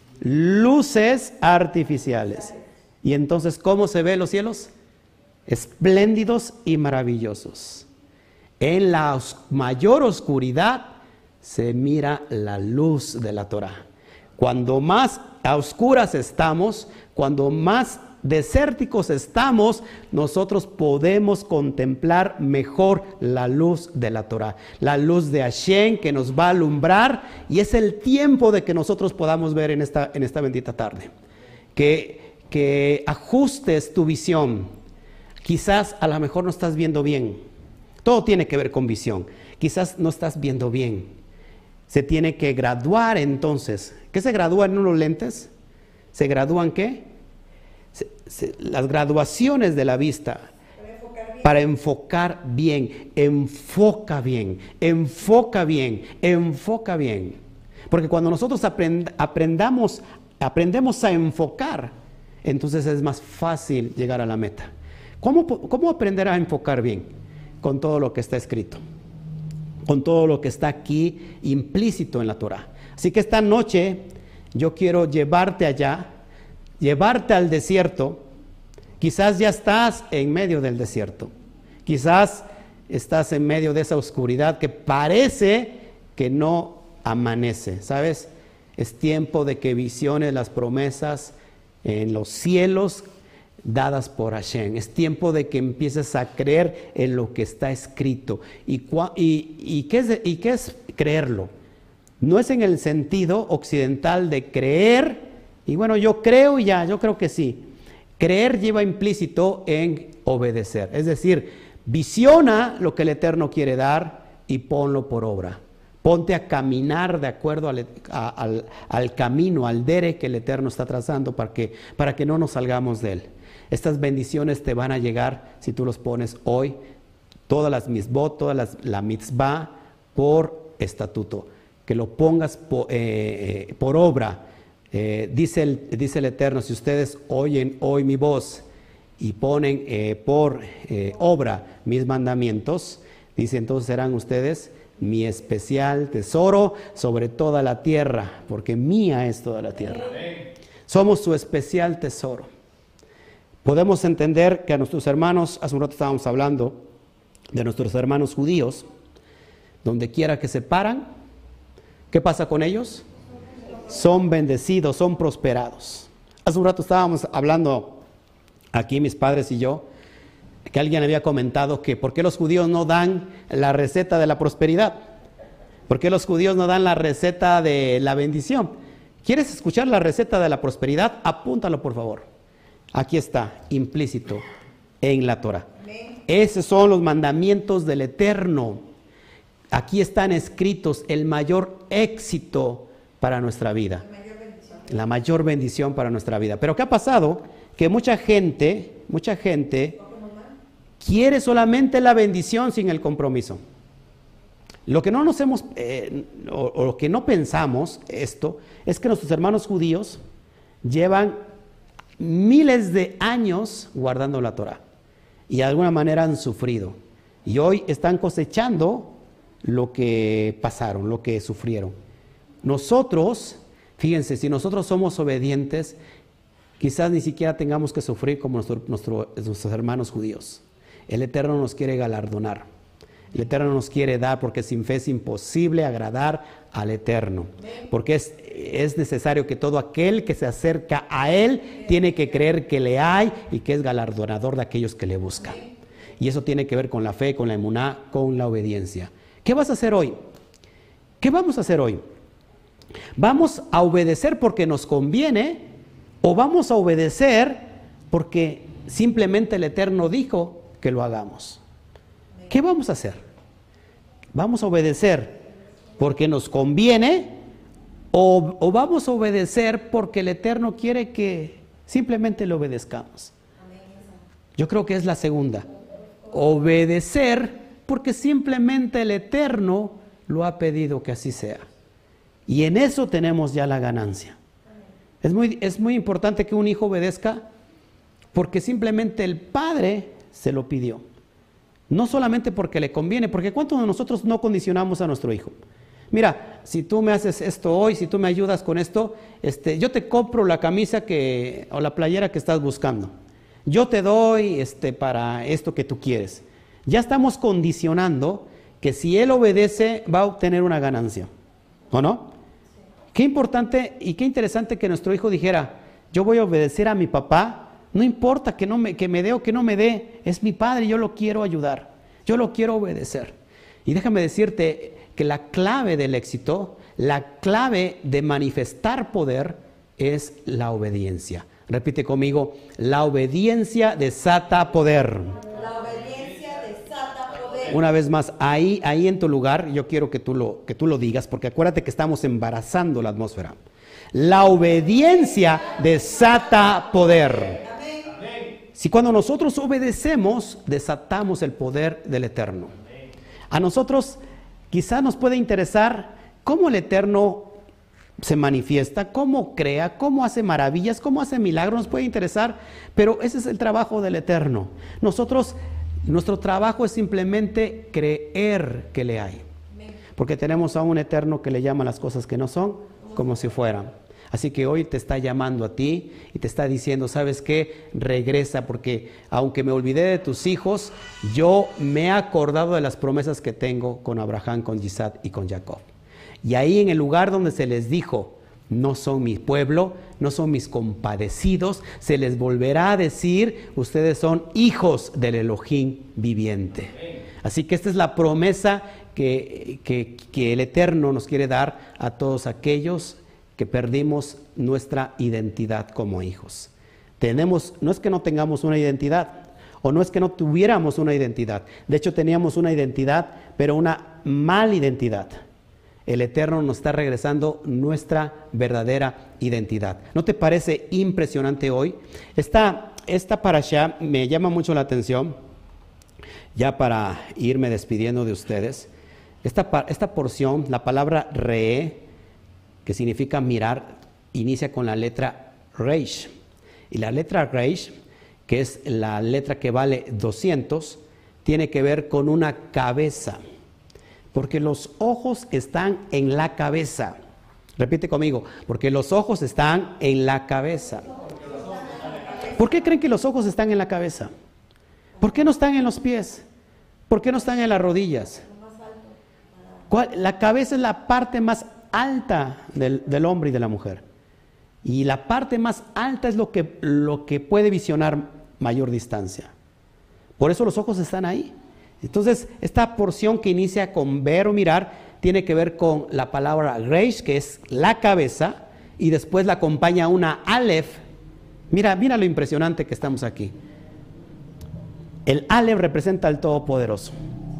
luces artificiales. Y entonces, ¿cómo se ven los cielos? Espléndidos y maravillosos. En la mayor oscuridad se mira la luz de la Torá. Cuando más a oscuras estamos, cuando más desérticos estamos, nosotros podemos contemplar mejor la luz de la Torá, la luz de Hashem que nos va a alumbrar, y es el tiempo de que nosotros podamos ver en esta bendita tarde. Que ajustes tu visión. Quizás a lo mejor no estás viendo bien. Todo tiene que ver con visión. Quizás no estás viendo bien. Se tiene que graduar entonces. ¿Qué se gradúa en unos lentes? ¿Se gradúan qué? Las graduaciones de la vista. Para enfocar bien. Enfoca bien. Enfoca bien. Enfoca bien. Porque cuando nosotros aprendemos a enfocar, entonces es más fácil llegar a la meta. ¿Cómo aprender a enfocar bien? Con todo lo que está escrito, con todo lo que está aquí implícito en la Torá. Así que esta noche yo quiero llevarte allá, llevarte al desierto. Quizás ya estás en medio del desierto, quizás estás en medio de esa oscuridad que parece que no amanece, ¿sabes? Es tiempo de que visiones las promesas en los cielos dadas por Hashem. Es tiempo de que empieces a creer en lo que está escrito. ¿Y qué es creerlo? No es en el sentido occidental de creer, y bueno, yo creo y ya, yo creo que sí. Creer lleva implícito en obedecer. Es decir, visiona lo que el Eterno quiere dar y ponlo por obra. Ponte a caminar de acuerdo al camino, al dere que el Eterno está trazando para que no nos salgamos de él. Estas bendiciones te van a llegar si tú los pones hoy, todas las mitzvot, la mitzvah por estatuto, que lo pongas por obra. Dice el Eterno, si ustedes oyen hoy mi voz y ponen por obra mis mandamientos, dice, entonces serán ustedes mi especial tesoro sobre toda la tierra, porque mía es toda la tierra. Somos su especial tesoro. Podemos entender que a nuestros hermanos, hace un rato estábamos hablando de nuestros hermanos judíos, donde quiera que se paran, ¿qué pasa con ellos? son bendecidos, son prosperados. Hace un rato estábamos hablando aquí mis padres y yo, que alguien había comentado que ¿por qué los judíos no dan la receta de la prosperidad? ¿Por qué los judíos no dan la receta de la bendición? ¿Quieres escuchar la receta de la prosperidad? Apúntalo, por favor. Aquí está, implícito en la Torah. Esos son los mandamientos del Eterno. Aquí están escritos el mayor éxito para nuestra vida. La mayor bendición para nuestra vida. Pero ¿qué ha pasado? Que mucha gente quiere solamente la bendición sin el compromiso. Lo que no nos hemos, o lo que no pensamos esto, es que nuestros hermanos judíos llevan miles de años guardando la Torah y de alguna manera han sufrido y hoy están cosechando lo que pasaron, lo que sufrieron. Nosotros, fíjense, si nosotros somos obedientes, quizás ni siquiera tengamos que sufrir como nuestros hermanos judíos. El Eterno nos quiere galardonar. El Eterno nos quiere dar, porque sin fe es imposible agradar al Eterno. Porque es necesario que todo aquel que se acerca a Él tiene que creer que le hay y que es galardonador de aquellos que le buscan. Y eso tiene que ver con la fe, con la emuná, con la obediencia. ¿Qué vas a hacer hoy? ¿Qué vamos a hacer hoy? ¿Vamos a obedecer porque nos conviene o vamos a obedecer porque simplemente el Eterno dijo que lo hagamos? ¿Qué vamos a hacer? ¿Vamos a obedecer porque nos conviene o vamos a obedecer porque el Eterno quiere que simplemente le obedezcamos? Yo creo que es la segunda. Obedecer porque simplemente el Eterno lo ha pedido que así sea. Y en eso tenemos ya la ganancia. Es muy importante que un hijo obedezca porque simplemente el Padre se lo pidió. No solamente porque le conviene, porque ¿cuántos de nosotros no condicionamos a nuestro hijo? Mira, si tú me haces esto hoy, si tú me ayudas con esto, yo te compro la camisa o la playera que estás buscando. Yo te doy para esto que tú quieres. Ya estamos condicionando que si él obedece va a obtener una ganancia, ¿o no? Qué importante y qué interesante que nuestro hijo dijera, yo voy a obedecer a mi papá. No importa que me dé o que no me dé, es mi padre, yo lo quiero ayudar, yo lo quiero obedecer. Y déjame decirte que la clave del éxito, la clave de manifestar poder es la obediencia. Repite conmigo, la obediencia desata poder. La obediencia desata poder. Una vez más, ahí en tu lugar, yo quiero que tú lo digas, porque acuérdate que estamos embarazando la atmósfera. La obediencia desata poder. Si cuando nosotros obedecemos, desatamos el poder del Eterno. A nosotros quizás nos puede interesar cómo el Eterno se manifiesta, cómo crea, cómo hace maravillas, cómo hace milagros, nos puede interesar, pero ese es el trabajo del Eterno. Nuestro trabajo es simplemente creer que le hay. Porque tenemos a un Eterno que le llama las cosas que no son como si fueran. Así que hoy te está llamando a ti y te está diciendo, ¿sabes qué? Regresa, porque aunque me olvidé de tus hijos, yo me he acordado de las promesas que tengo con Abraham, con Isaac y con Jacob. Y ahí en el lugar donde se les dijo, no son mi pueblo, no son mis compadecidos, se les volverá a decir, ustedes son hijos del Elohim viviente. Así que esta es la promesa que el Eterno nos quiere dar a todos aquellos que perdimos nuestra identidad como hijos. No es que no tengamos una identidad, o no es que no tuviéramos una identidad. De hecho, teníamos una identidad, pero una mal identidad. El Eterno nos está regresando nuestra verdadera identidad. ¿No te parece impresionante hoy? Esta parashá me llama mucho la atención, ya para irme despidiendo de ustedes. Esta porción, la palabra re, que significa mirar, inicia con la letra Reish. Y la letra Reish, que es la letra que vale 200, tiene que ver con una cabeza. Porque los ojos están en la cabeza. Repite conmigo, porque los ojos están en la cabeza. ¿Por qué creen que los ojos están en la cabeza? ¿Por qué no están en los pies? ¿Por qué no están en las rodillas? La cabeza es la parte más alta del hombre y de la mujer. Y la parte más alta es lo que puede visionar mayor distancia. Por eso los ojos están ahí. Entonces, esta porción que inicia con ver o mirar tiene que ver con la palabra reish, que es la cabeza, y después la acompaña una aleph. Mira lo impresionante que estamos aquí. El aleph representa al Todopoderoso.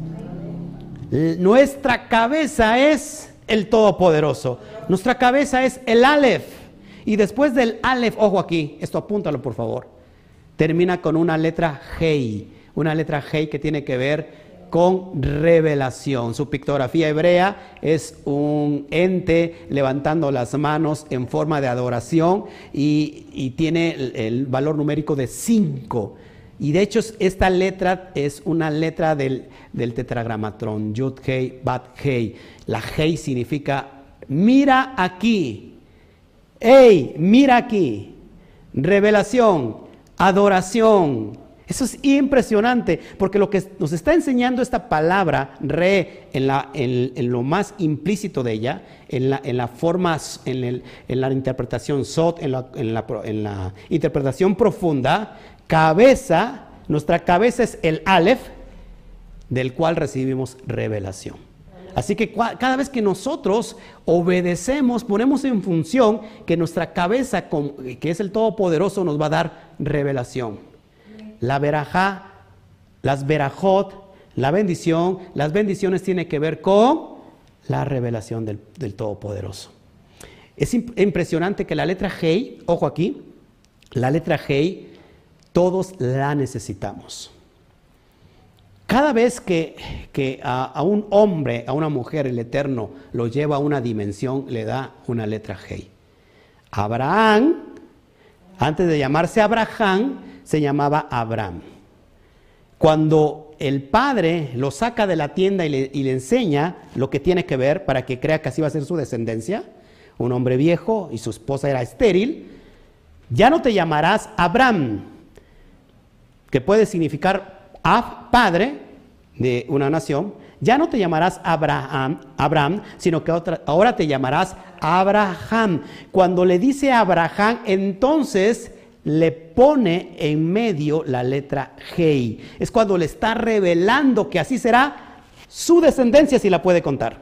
Nuestra cabeza es el Todopoderoso. Nuestra cabeza es el aleph. Y después del aleph, ojo aquí, esto apúntalo por favor, termina con una letra hei. Una letra hei que tiene que ver con revelación. Su pictografía hebrea es un ente levantando las manos en forma de adoración y tiene el valor numérico de 5. Y de hecho esta letra es una letra del tetragramatrón, Yud Hei, Bat Hei. La Hei significa mira aquí, hey, mira aquí, revelación, adoración. Eso es impresionante, porque lo que nos está enseñando esta palabra, re, en lo más implícito de ella, en la forma, en la interpretación sot, en la interpretación profunda, cabeza, nuestra cabeza es el aleph, del cual recibimos revelación. Así que cada vez que nosotros obedecemos, ponemos en función que nuestra cabeza, que es el Todopoderoso, nos va a dar revelación. La verajá, las verajot, la bendición, las bendiciones tienen que ver con la revelación del Todopoderoso. Es impresionante que la letra Hei, ojo aquí, la letra Hei, todos la necesitamos. Cada vez que a un hombre, a una mujer, el Eterno lo lleva a una dimensión, le da una letra Hei. Abraham, antes de llamarse Abraham, se llamaba Abraham. Cuando el padre lo saca de la tienda y le enseña lo que tiene que ver para que crea que así va a ser su descendencia, un hombre viejo y su esposa era estéril, ya no te llamarás Abraham, que puede significar padre de una nación, ya no te llamarás Abraham, sino que ahora te llamarás Abraham. Cuando le dice Abraham, entonces le pone en medio la letra Hei. Es cuando le está revelando que así será su descendencia si la puede contar.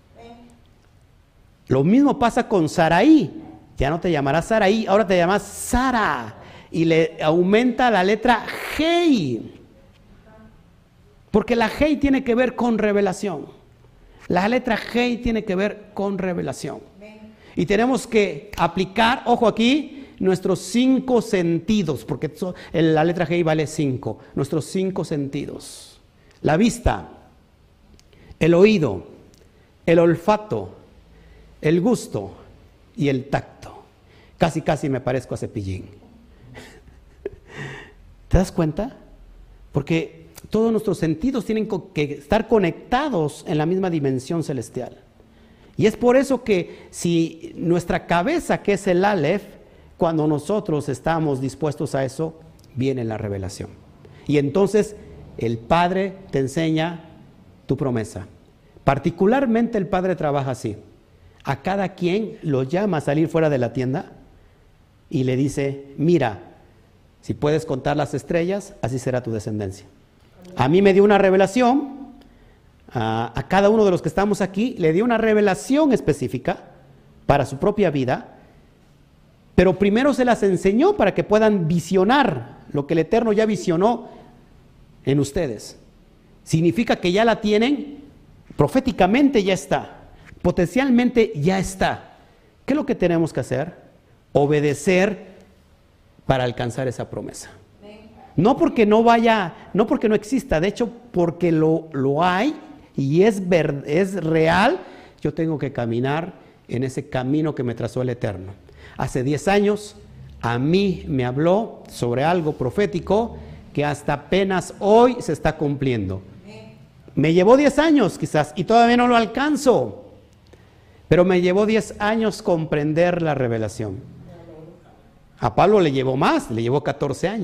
Lo mismo pasa con Sarai. Ya no te llamarás Sarai, ahora te llamas Sara. Y le aumenta la letra Hei. Porque la Hei tiene que ver con revelación. La letra Hei tiene que ver con revelación. Y tenemos que aplicar, ojo aquí, nuestros 5 sentidos, porque la letra Hei vale 5, nuestros 5 sentidos. La vista, el oído, el olfato, el gusto y el tacto. Casi me parezco a Cepillín. ¿Te das cuenta? Porque todos nuestros sentidos tienen que estar conectados en la misma dimensión celestial. Y es por eso que si nuestra cabeza, que es el Aleph, cuando nosotros estamos dispuestos a eso, viene la revelación. Y entonces el Padre te enseña tu promesa. Particularmente el Padre trabaja así. A cada quien lo llama a salir fuera de la tienda y le dice, mira, si puedes contar las estrellas, así será tu descendencia. A mí me dio una revelación, a cada uno de los que estamos aquí le dio una revelación específica para su propia vida, pero primero se las enseñó para que puedan visionar lo que el Eterno ya visionó en ustedes. Significa que ya la tienen, proféticamente ya está, potencialmente ya está. ¿Qué es lo que tenemos que hacer? Obedecer para alcanzar esa promesa. No porque no exista, de hecho porque lo hay y es real. Yo tengo que caminar en ese camino que me trazó el Eterno. Hace 10 años a mí me habló sobre algo profético que hasta apenas hoy se está cumpliendo. Me llevó 10 años quizás y todavía no lo alcanzo, pero me llevó 10 años comprender la revelación. A Pablo le llevó más, le llevó 14 años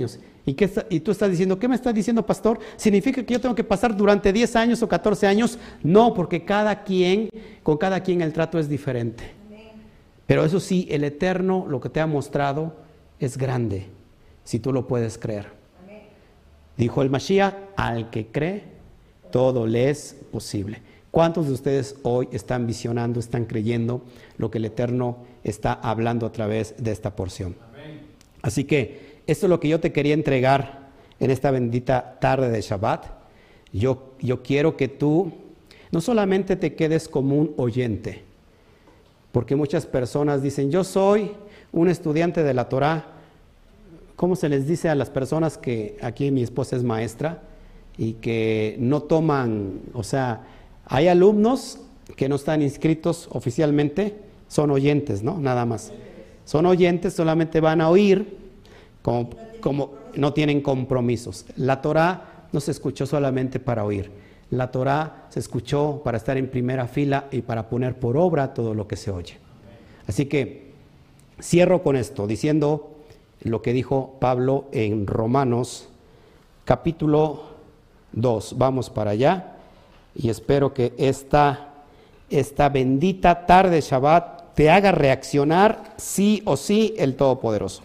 Y tú estás diciendo, ¿qué me estás diciendo, pastor? ¿Significa que yo tengo que pasar durante 10 años o 14 años? No, porque con cada quien el trato es diferente. Pero eso sí, el Eterno, lo que te ha mostrado es grande, si tú lo puedes creer. Dijo el Mashiach, al que cree, todo le es posible. ¿Cuántos de ustedes hoy están visionando, están creyendo lo que el Eterno está hablando a través de esta porción? Así que esto es lo que yo te quería entregar en esta bendita tarde de Shabbat. Yo quiero que tú no solamente te quedes como un oyente, porque muchas personas dicen, yo soy un estudiante de la Torah. ¿Cómo se les dice a las personas que aquí mi esposa es maestra y que no toman, o sea, hay alumnos que no están inscritos oficialmente, son oyentes, ¿no? Nada más. Son oyentes, solamente van a oír, como no tienen compromisos. La Torah no se escuchó solamente para oír. La Torah se escuchó para estar en primera fila y para poner por obra todo lo que se oye. Así que cierro con esto, diciendo lo que dijo Pablo en Romanos capítulo 2. Vamos para allá y espero que esta bendita tarde de Shabbat te haga reaccionar sí o sí el Todopoderoso.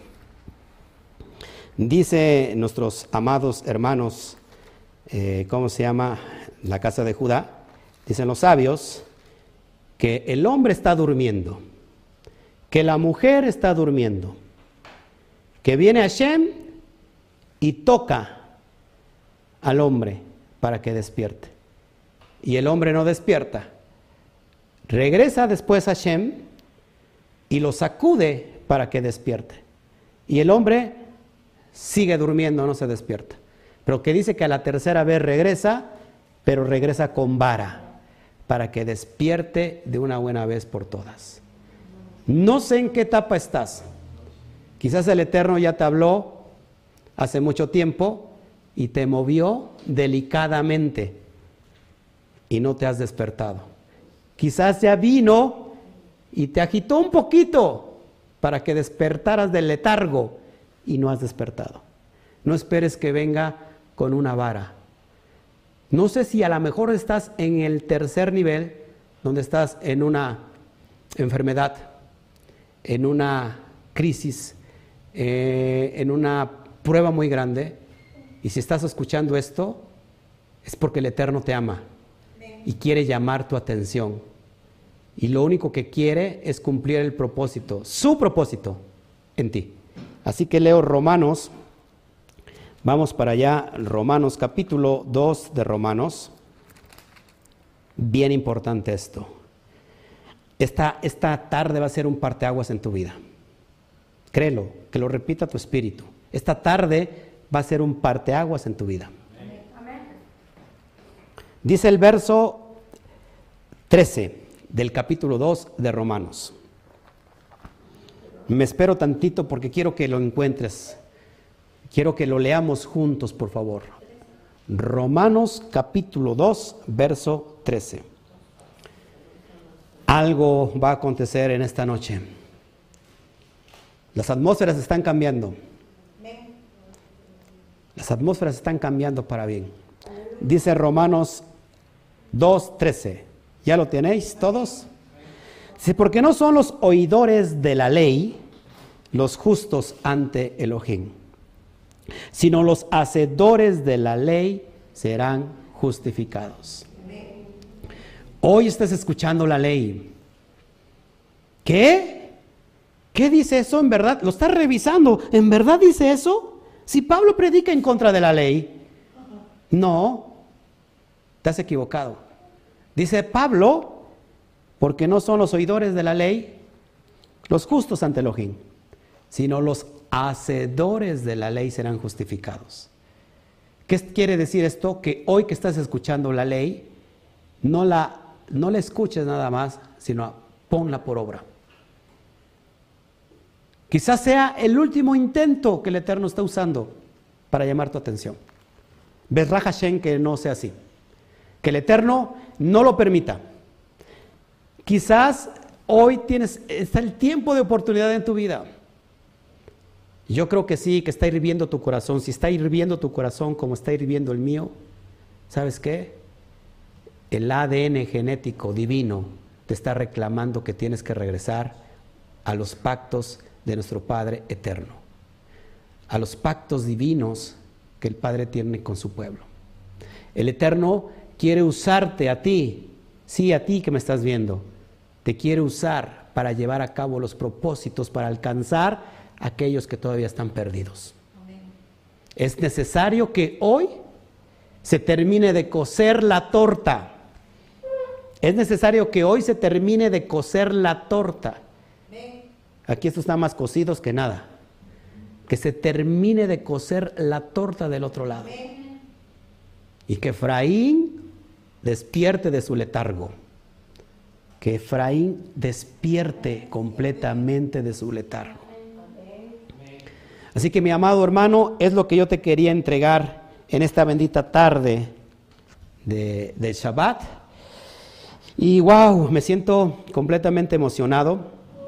Dice nuestros amados hermanos, ¿cómo se llama? La casa de Judá. Dicen los sabios que el hombre está durmiendo, que la mujer está durmiendo, que viene Hashem y toca al hombre para que despierte. Y el hombre no despierta. Regresa después a Hashem y lo sacude para que despierte. Y el hombre sigue durmiendo, no se despierta. Pero que dice que a la tercera vez regresa, pero regresa con vara, para que despierte de una buena vez por todas. No sé en qué etapa estás. Quizás el Eterno ya te habló hace mucho tiempo y te movió delicadamente y no te has despertado. Quizás ya vino y te agitó un poquito para que despertaras del letargo y no has despertado. No esperes que venga con una vara. No sé si a lo mejor estás en el tercer nivel, donde estás en una enfermedad, en una crisis, en una prueba muy grande, y si estás escuchando esto, es porque el Eterno te ama y quiere llamar tu atención. Y lo único que quiere es cumplir el propósito, su propósito en ti. Así que leo Romanos, vamos para allá, Romanos capítulo 2 de Romanos. Bien importante esto. Esta tarde va a ser un parteaguas en tu vida. Créelo, que lo repita tu espíritu. Esta tarde va a ser un parteaguas en tu vida. Amén. Dice el verso 13 del capítulo 2 de Romanos. Me espero tantito porque quiero que lo encuentres. Quiero que lo leamos juntos, por favor. Romanos capítulo 2, verso 13. Algo va a acontecer en esta noche. Las atmósferas están cambiando. Las atmósferas están cambiando para bien. Dice Romanos 2:13. ¿Ya lo tenéis todos? Sí, porque no son los oidores de la ley los justos ante Elohim, sino los hacedores de la ley serán justificados. Hoy estás escuchando la ley. ¿Qué? ¿Qué dice eso en verdad? ¿Lo estás revisando? ¿En verdad dice eso? Si Pablo predica en contra de la ley. No, te has equivocado. Dice Pablo, porque no son los oidores de la ley los justos ante Elohim, sino los hacedores de la ley serán justificados. ¿Qué quiere decir esto? Que hoy que estás escuchando la ley, no la escuches nada más, sino ponla por obra. Quizás sea el último intento que el Eterno está usando para llamar tu atención. Bezrat Hashem que no sea así. Que el Eterno no lo permita. Quizás hoy está el tiempo de oportunidad en tu vida. Yo creo que sí, que está hirviendo tu corazón. Si está hirviendo tu corazón como está hirviendo el mío, ¿sabes qué? El ADN genético divino te está reclamando que tienes que regresar a los pactos de nuestro Padre eterno, a los pactos divinos que el Padre tiene con su pueblo. El Eterno quiere usarte a ti, sí, a ti que me estás viendo, te quiere usar para llevar a cabo los propósitos, para alcanzar a aquellos que todavía están perdidos. Amén. Es necesario que hoy se termine de cocer la torta. Es necesario que hoy se termine de cocer la torta. Amén. Aquí estos están más cocidos que nada. Que se termine de cocer la torta del otro lado. Amén. Y que Efraín despierte de su letargo. Que Efraín despierte completamente de su letargo. Así que mi amado hermano, es lo que yo te quería entregar en esta bendita tarde de Shabbat. Y wow, me siento completamente emocionado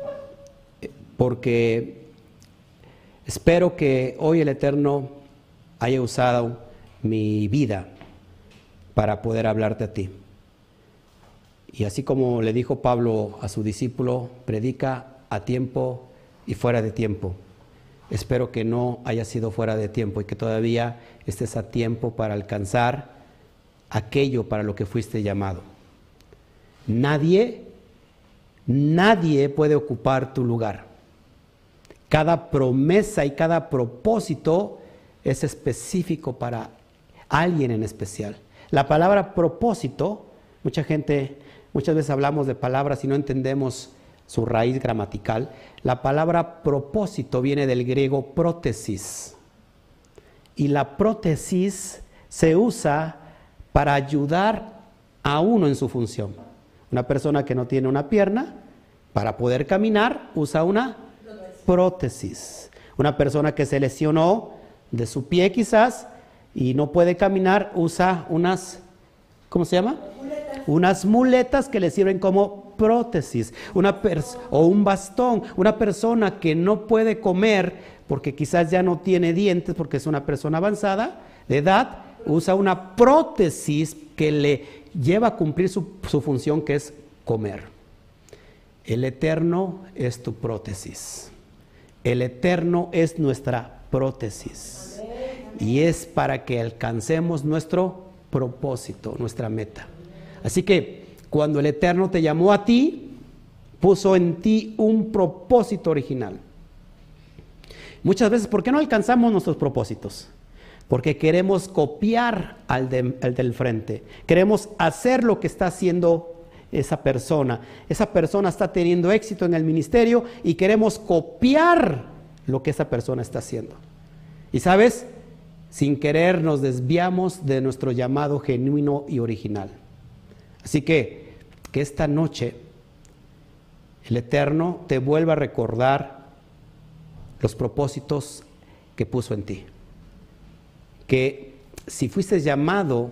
porque espero que hoy el Eterno haya usado mi vida para poder hablarte a ti. Y así como le dijo Pablo a su discípulo, predica a tiempo y fuera de tiempo. Espero que no haya sido fuera de tiempo y que todavía estés a tiempo para alcanzar aquello para lo que fuiste llamado. Nadie puede ocupar tu lugar. Cada promesa y cada propósito es específico para alguien en especial. La palabra propósito, muchas veces hablamos de palabras y no entendemos su raíz gramatical. La palabra propósito viene del griego prótesis. Y la prótesis se usa para ayudar a uno en su función. Una persona que no tiene una pierna, para poder caminar, usa una prótesis. Una persona que se lesionó de su pie quizás y no puede caminar, usa unas, ¿cómo se llama? Unas muletas que le sirven como prótesis. O un bastón. Una persona que no puede comer porque quizás ya no tiene dientes porque es una persona avanzada de edad, usa una prótesis que le lleva a cumplir su función, que es comer. El Eterno es tu prótesis. El Eterno es nuestra prótesis. Y es para que alcancemos nuestro propósito, nuestra meta. Así que cuando el Eterno te llamó a ti, puso en ti un propósito original. Muchas veces, ¿por qué no alcanzamos nuestros propósitos? Porque queremos copiar al del frente. Queremos hacer lo que está haciendo esa persona. Esa persona está teniendo éxito en el ministerio y queremos copiar lo que esa persona está haciendo. Y ¿sabes? Sin querer nos desviamos de nuestro llamado genuino y original. Así que esta noche el Eterno te vuelva a recordar los propósitos que puso en ti. Que si fuiste llamado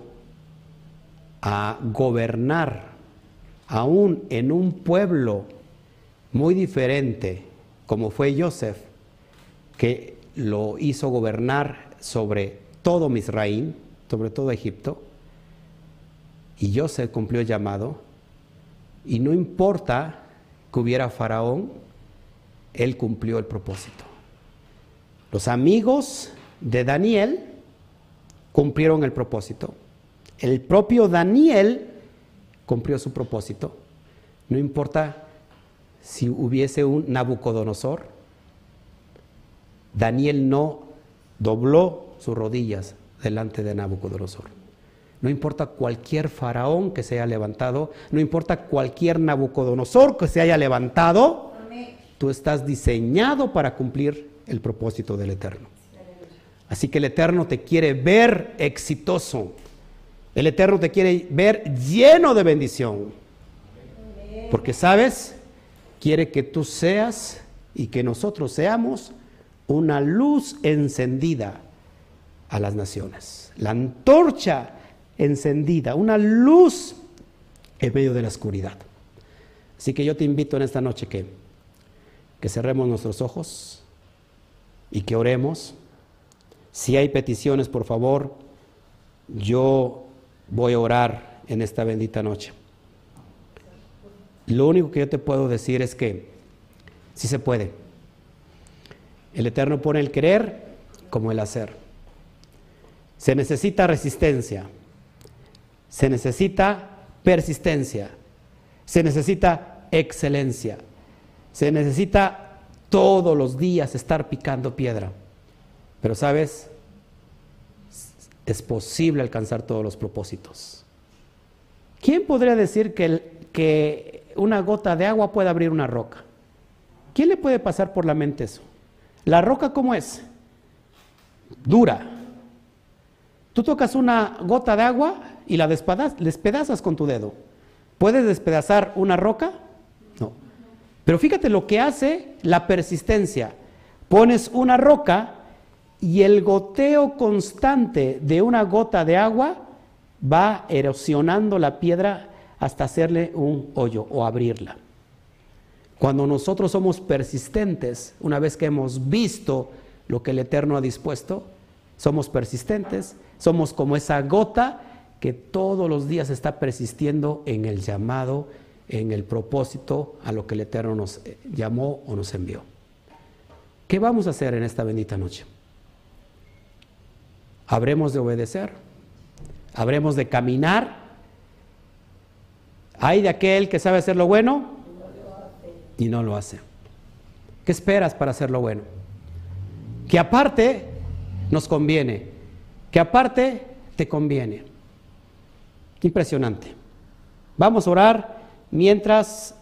a gobernar aún en un pueblo muy diferente, como fue Joseph, que lo hizo gobernar sobre todo Misraín, sobre todo Egipto, y Joseph cumplió el llamado, y no importa que hubiera faraón, él cumplió el propósito. Los amigos de Daniel cumplieron el propósito. El propio Daniel cumplió su propósito. No importa si hubiese un Nabucodonosor, Daniel no dobló sus rodillas delante de Nabucodonosor. No importa cualquier faraón que se haya levantado, no importa cualquier Nabucodonosor que se haya levantado, tú estás diseñado para cumplir el propósito del Eterno. Así que el Eterno te quiere ver exitoso. El Eterno te quiere ver lleno de bendición. Porque, ¿sabes? Quiere que tú seas y que nosotros seamos una luz encendida a las naciones. La antorcha encendida, una luz en medio de la oscuridad. Así que yo te invito en esta noche que cerremos nuestros ojos y que oremos. Si hay peticiones, por favor, yo voy a orar en esta bendita noche. Lo único que yo te puedo decir es que sí se puede. El Eterno pone el querer como el hacer. Se necesita resistencia, se necesita persistencia, se necesita excelencia, se necesita todos los días estar picando piedra. Pero ¿sabes? Es posible alcanzar todos los propósitos. ¿Quién podría decir que una gota de agua puede abrir una roca? ¿Quién le puede pasar por la mente eso? ¿La roca cómo es? Dura. Tú tocas una gota de agua y la despedazas con tu dedo. ¿Puedes despedazar una roca? No. Pero fíjate lo que hace la persistencia. Pones una roca y el goteo constante de una gota de agua va erosionando la piedra hasta hacerle un hoyo o abrirla. Cuando nosotros somos persistentes, una vez que hemos visto lo que el Eterno ha dispuesto, somos persistentes, somos como esa gota que todos los días está persistiendo en el llamado, en el propósito a lo que el Eterno nos llamó o nos envió. ¿Qué vamos a hacer en esta bendita noche? ¿Habremos de obedecer? ¿Habremos de caminar? ¿Hay de aquel que sabe hacer lo bueno y no lo hace? ¿Qué esperas para hacer lo bueno? Que aparte nos conviene, que aparte te conviene. Impresionante. Vamos a orar mientras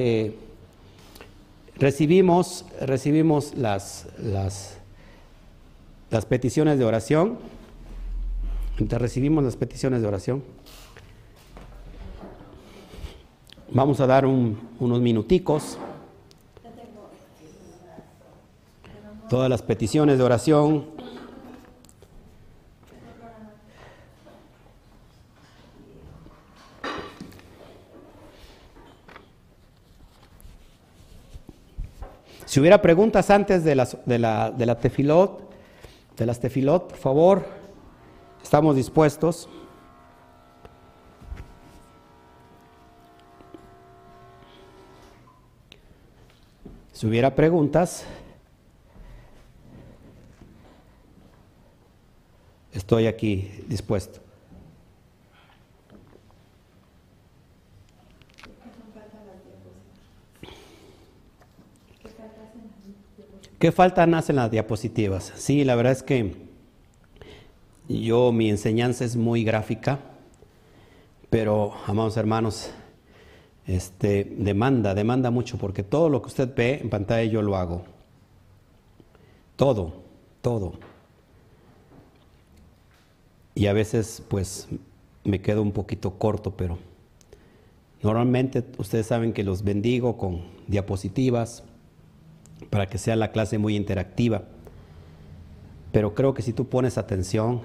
recibimos las peticiones de oración. Mientras recibimos las peticiones de oración, vamos a dar unos minuticos. Todas las peticiones de oración. Si hubiera preguntas antes de las tefilot, por favor, estamos dispuestos. Si hubiera preguntas, estoy aquí dispuesto. ¿Qué faltan hacen las diapositivas? Sí, la verdad es que mi enseñanza es muy gráfica, pero, amados hermanos, demanda mucho, porque todo lo que usted ve en pantalla yo lo hago. Todo. Y a veces, pues, me quedo un poquito corto, pero normalmente ustedes saben que los bendigo con diapositivas para que sea la clase muy interactiva. Pero creo que si tú pones atención,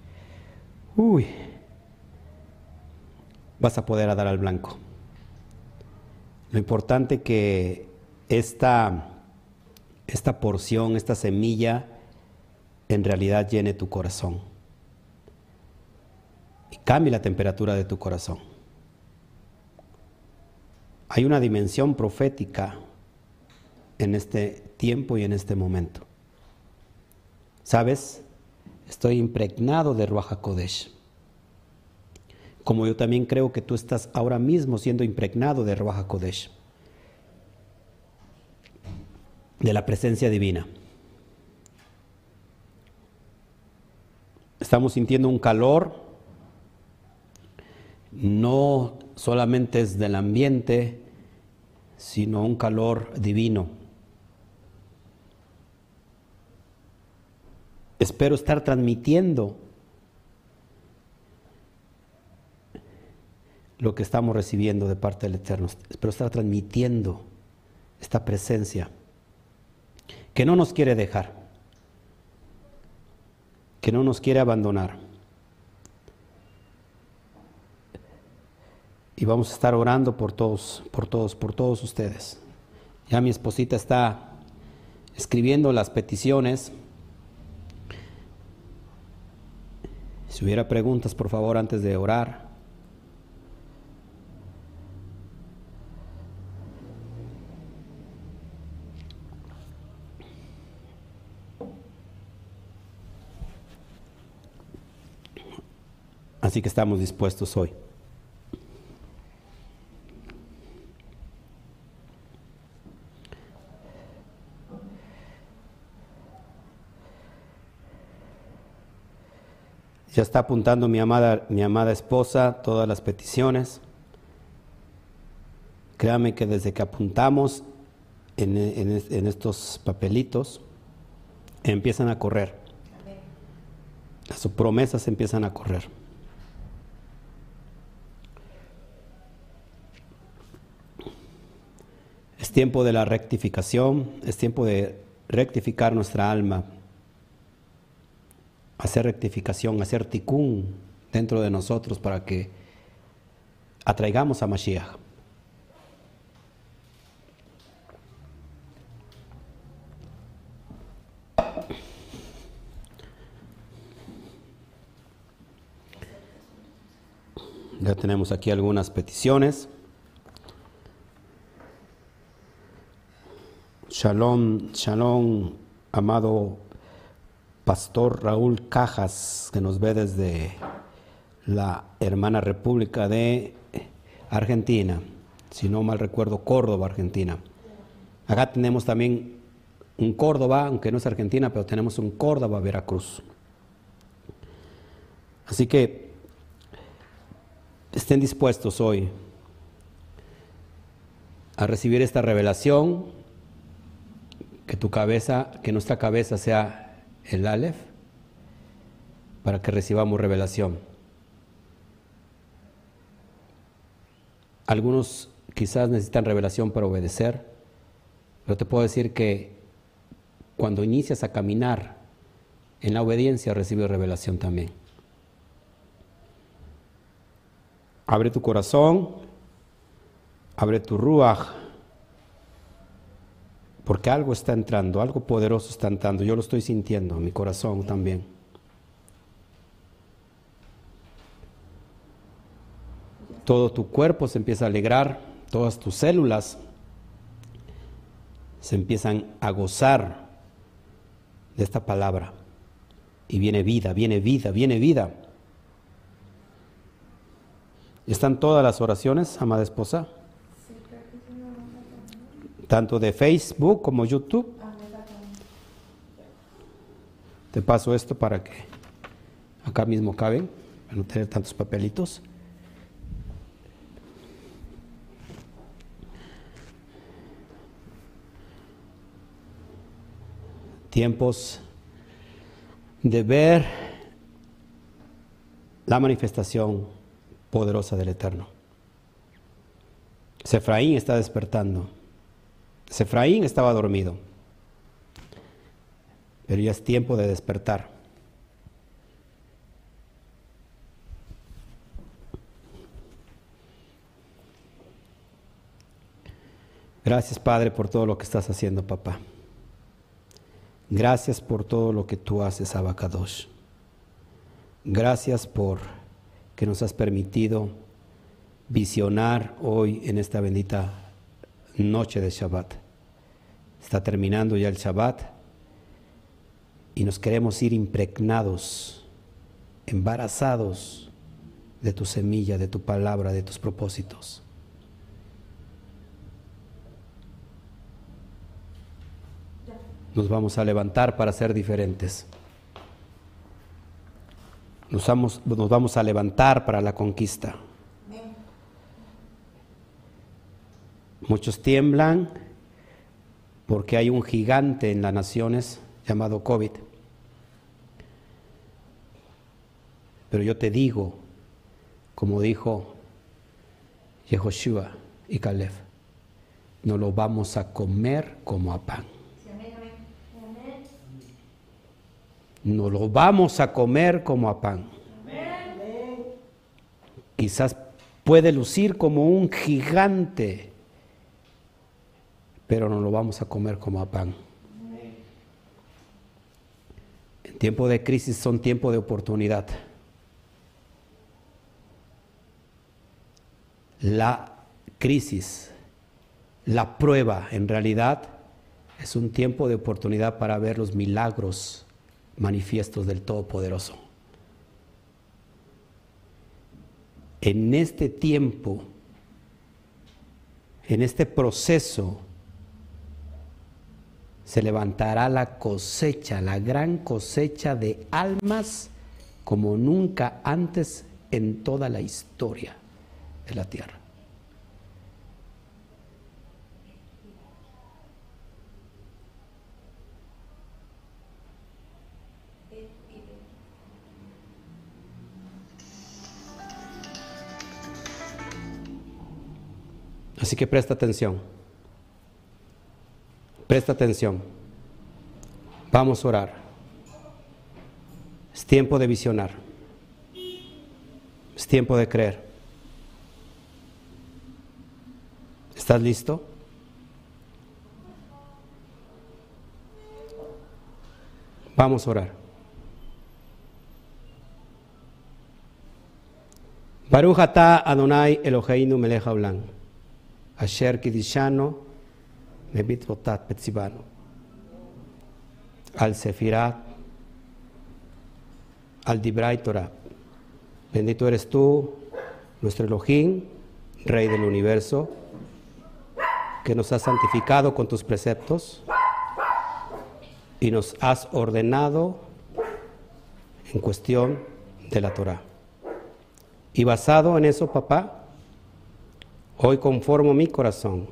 vas a poder dar al blanco. Lo importante que esta porción, esta semilla, en realidad llene tu corazón y cambie la temperatura de tu corazón. Hay una dimensión profética en este tiempo y en este momento. ¿Sabes? Estoy impregnado de Ruach HaKodesh. Como yo también creo que tú estás ahora mismo siendo impregnado de Ruach HaKodesh, de la presencia divina. Estamos sintiendo un calor, no solamente es del ambiente, sino un calor divino. Espero estar transmitiendo lo que estamos recibiendo de parte del Eterno. Espero estar transmitiendo esta presencia que no nos quiere dejar, que no nos quiere abandonar. Y vamos a estar orando por todos ustedes. Ya mi esposita está escribiendo las peticiones. Si hubiera preguntas, por favor, antes de orar. Así que estamos dispuestos hoy. Ya está apuntando mi amada esposa todas las peticiones. Créame que desde que apuntamos en estos papelitos, empiezan a correr. Las promesas empiezan a correr. Es tiempo de la rectificación, es tiempo de rectificar nuestra alma, hacer rectificación, hacer tikkun dentro de nosotros para que atraigamos a Mashiach. Ya tenemos aquí algunas peticiones. Shalom, shalom, amado Pastor Raúl Cajas, que nos ve desde la hermana República de Argentina, si no mal recuerdo, Córdoba, Argentina. Acá tenemos también un Córdoba, aunque no es Argentina, pero tenemos un Córdoba, Veracruz. Así que estén dispuestos hoy a recibir esta revelación, que nuestra cabeza sea el Aleph, para que recibamos revelación. Algunos quizás necesitan revelación para obedecer, pero te puedo decir que cuando inicias a caminar en la obediencia, recibes revelación también. Abre tu corazón, abre tu ruach, porque algo está entrando, algo poderoso está entrando. Yo lo estoy sintiendo, en mi corazón también. Todo tu cuerpo se empieza a alegrar, todas tus células se empiezan a gozar de esta palabra. Y viene vida, viene vida, viene vida. ¿Están todas las oraciones, amada esposa? Tanto de Facebook como YouTube. Te paso esto para que acá mismo caben, para no tener tantos papelitos. Tiempos de ver la manifestación poderosa del Eterno. Sefraín está despertando. Sefraín estaba dormido, pero ya es tiempo de despertar. Gracias, Padre, por todo lo que estás haciendo, papá. Gracias por todo lo que tú haces, Abacadosh. Gracias por que nos has permitido visionar hoy en esta bendita noche de Shabbat. Está terminando ya el Shabbat y nos queremos ir impregnados, embarazados de tu semilla, de tu palabra, de tus propósitos. Nos vamos a levantar para ser diferentes. Nos vamos a levantar para la conquista. Muchos tiemblan porque hay un gigante en las naciones llamado COVID. Pero yo te digo, como dijo Yehoshua y Caleb, no lo vamos a comer como a pan. No lo vamos a comer como a pan. Quizás puede lucir como un gigante, pero no lo vamos a comer como a pan. Tiempo de crisis son tiempo de oportunidad. La crisis, la prueba, en realidad es un tiempo de oportunidad para ver los milagros manifiestos del Todopoderoso. En este tiempo, en este proceso, se levantará la cosecha, la gran cosecha de almas como nunca antes en toda la historia de la tierra. Así que presta atención. Presta atención. Vamos a orar. Es tiempo de visionar. Es tiempo de creer. ¿Estás listo? Vamos a orar. Baruch atah Adonai Eloheinu melech haolam, asher kidishanu bemitzvotat betzivanu, al sefirat, al dibrai Torah. Bendito eres tú, nuestro Elohim, Rey del universo, que nos has santificado con tus preceptos y nos has ordenado en cuestión de la Torah. Y basado en eso, papá, hoy conformo mi corazón.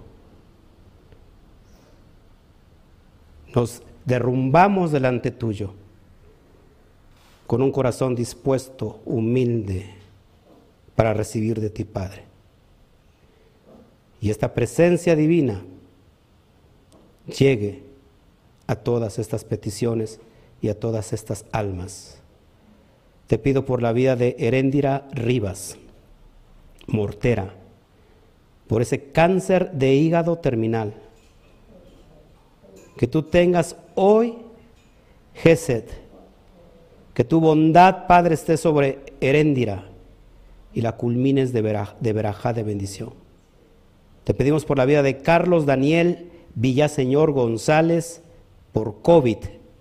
Nos derrumbamos delante tuyo con un corazón dispuesto, humilde, para recibir de ti, Padre. Y esta presencia divina llegue a todas estas peticiones y a todas estas almas. Te pido por la vida de Heréndira Rivas Mortera, por ese cáncer de hígado terminal. Que tú tengas hoy Gesed, que tu bondad, Padre, esté sobre Heréndira y la culmines de verajá de bendición. Te pedimos por la vida de Carlos Daniel Villaseñor González por COVID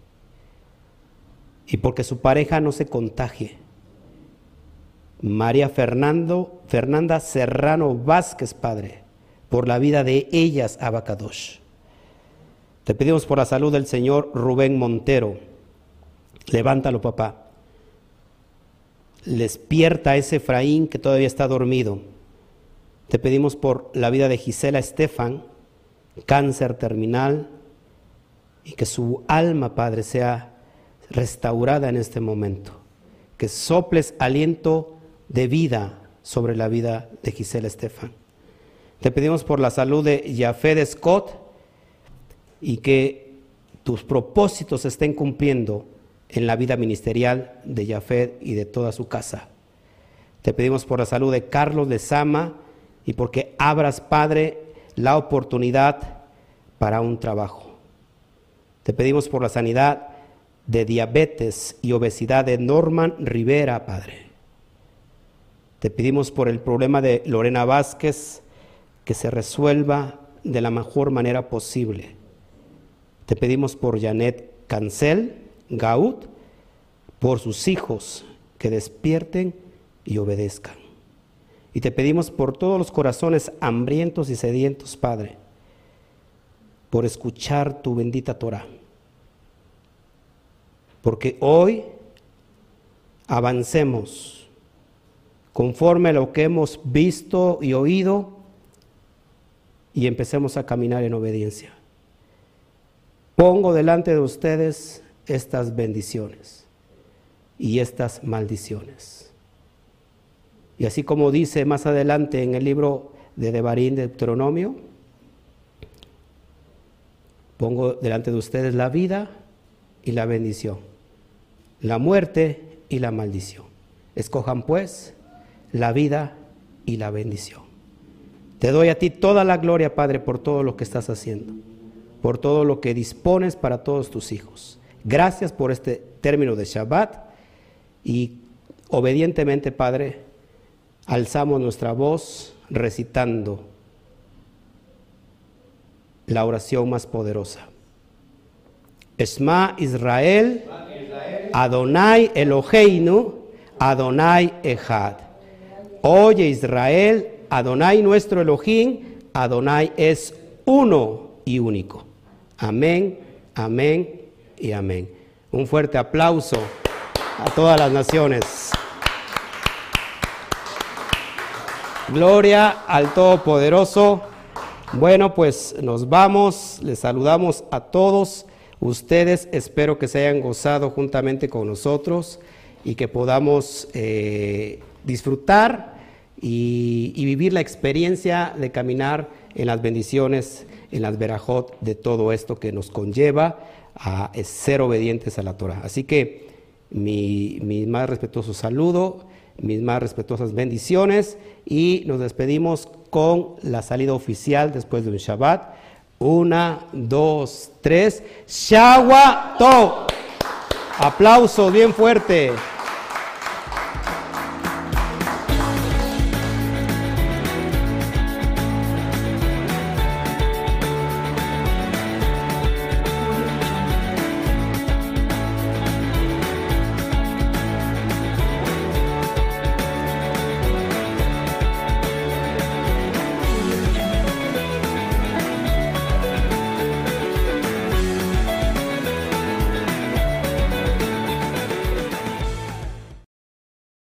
y porque su pareja no se contagie. María Fernanda Serrano Vázquez, Padre, por la vida de ellas, Abacadosh. Te pedimos por la salud del señor Rubén Montero. Levántalo, papá. Despierta a ese Efraín que todavía está dormido. Te pedimos por la vida de Gisela Estefan, cáncer terminal, y que su alma, Padre, sea restaurada en este momento. Que soples aliento de vida sobre la vida de Gisela Estefan. Te pedimos por la salud de Jafet Scott y que tus propósitos se estén cumpliendo en la vida ministerial de Jafet y de toda su casa. Te pedimos por la salud de Carlos Lezama y porque abras, Padre, la oportunidad para un trabajo. Te pedimos por la sanidad de diabetes y obesidad de Norman Rivera, Padre. Te pedimos por el problema de Lorena Vázquez, que se resuelva de la mejor manera posible. Te pedimos por Janet Cancel Gaud, por sus hijos, que despierten y obedezcan. Y te pedimos por todos los corazones hambrientos y sedientos, Padre, por escuchar tu bendita Torah. Porque hoy avancemos conforme a lo que hemos visto y oído y empecemos a caminar en obediencia. Pongo delante de ustedes estas bendiciones y estas maldiciones. Y así como dice más adelante en el libro de Devarim, de Deuteronomio, pongo delante de ustedes la vida y la bendición, la muerte y la maldición. Escojan pues la vida y la bendición. Te doy a ti toda la gloria, Padre, por todo lo que estás haciendo, por todo lo que dispones para todos tus hijos. Gracias por este término de Shabbat y obedientemente, Padre, alzamos nuestra voz recitando la oración más poderosa. Shema Israel, Adonai Eloheinu, Adonai Echad. Oye Israel, Adonai nuestro Elohim, Adonai es uno y único. Amén, amén y amén. Un fuerte aplauso a todas las naciones. Gloria al Todopoderoso. Bueno, pues nos vamos, les saludamos a todos ustedes, espero que se hayan gozado juntamente con nosotros y que podamos disfrutar y vivir la experiencia de caminar en las bendiciones, en las verajot de todo esto que nos conlleva a ser obedientes a la Torah. Así que mi más respetuoso saludo, mis más respetuosas bendiciones y nos despedimos con la salida oficial después de un Shabbat. 1, 2, 3. Shabbat Tov. Aplauso bien fuerte.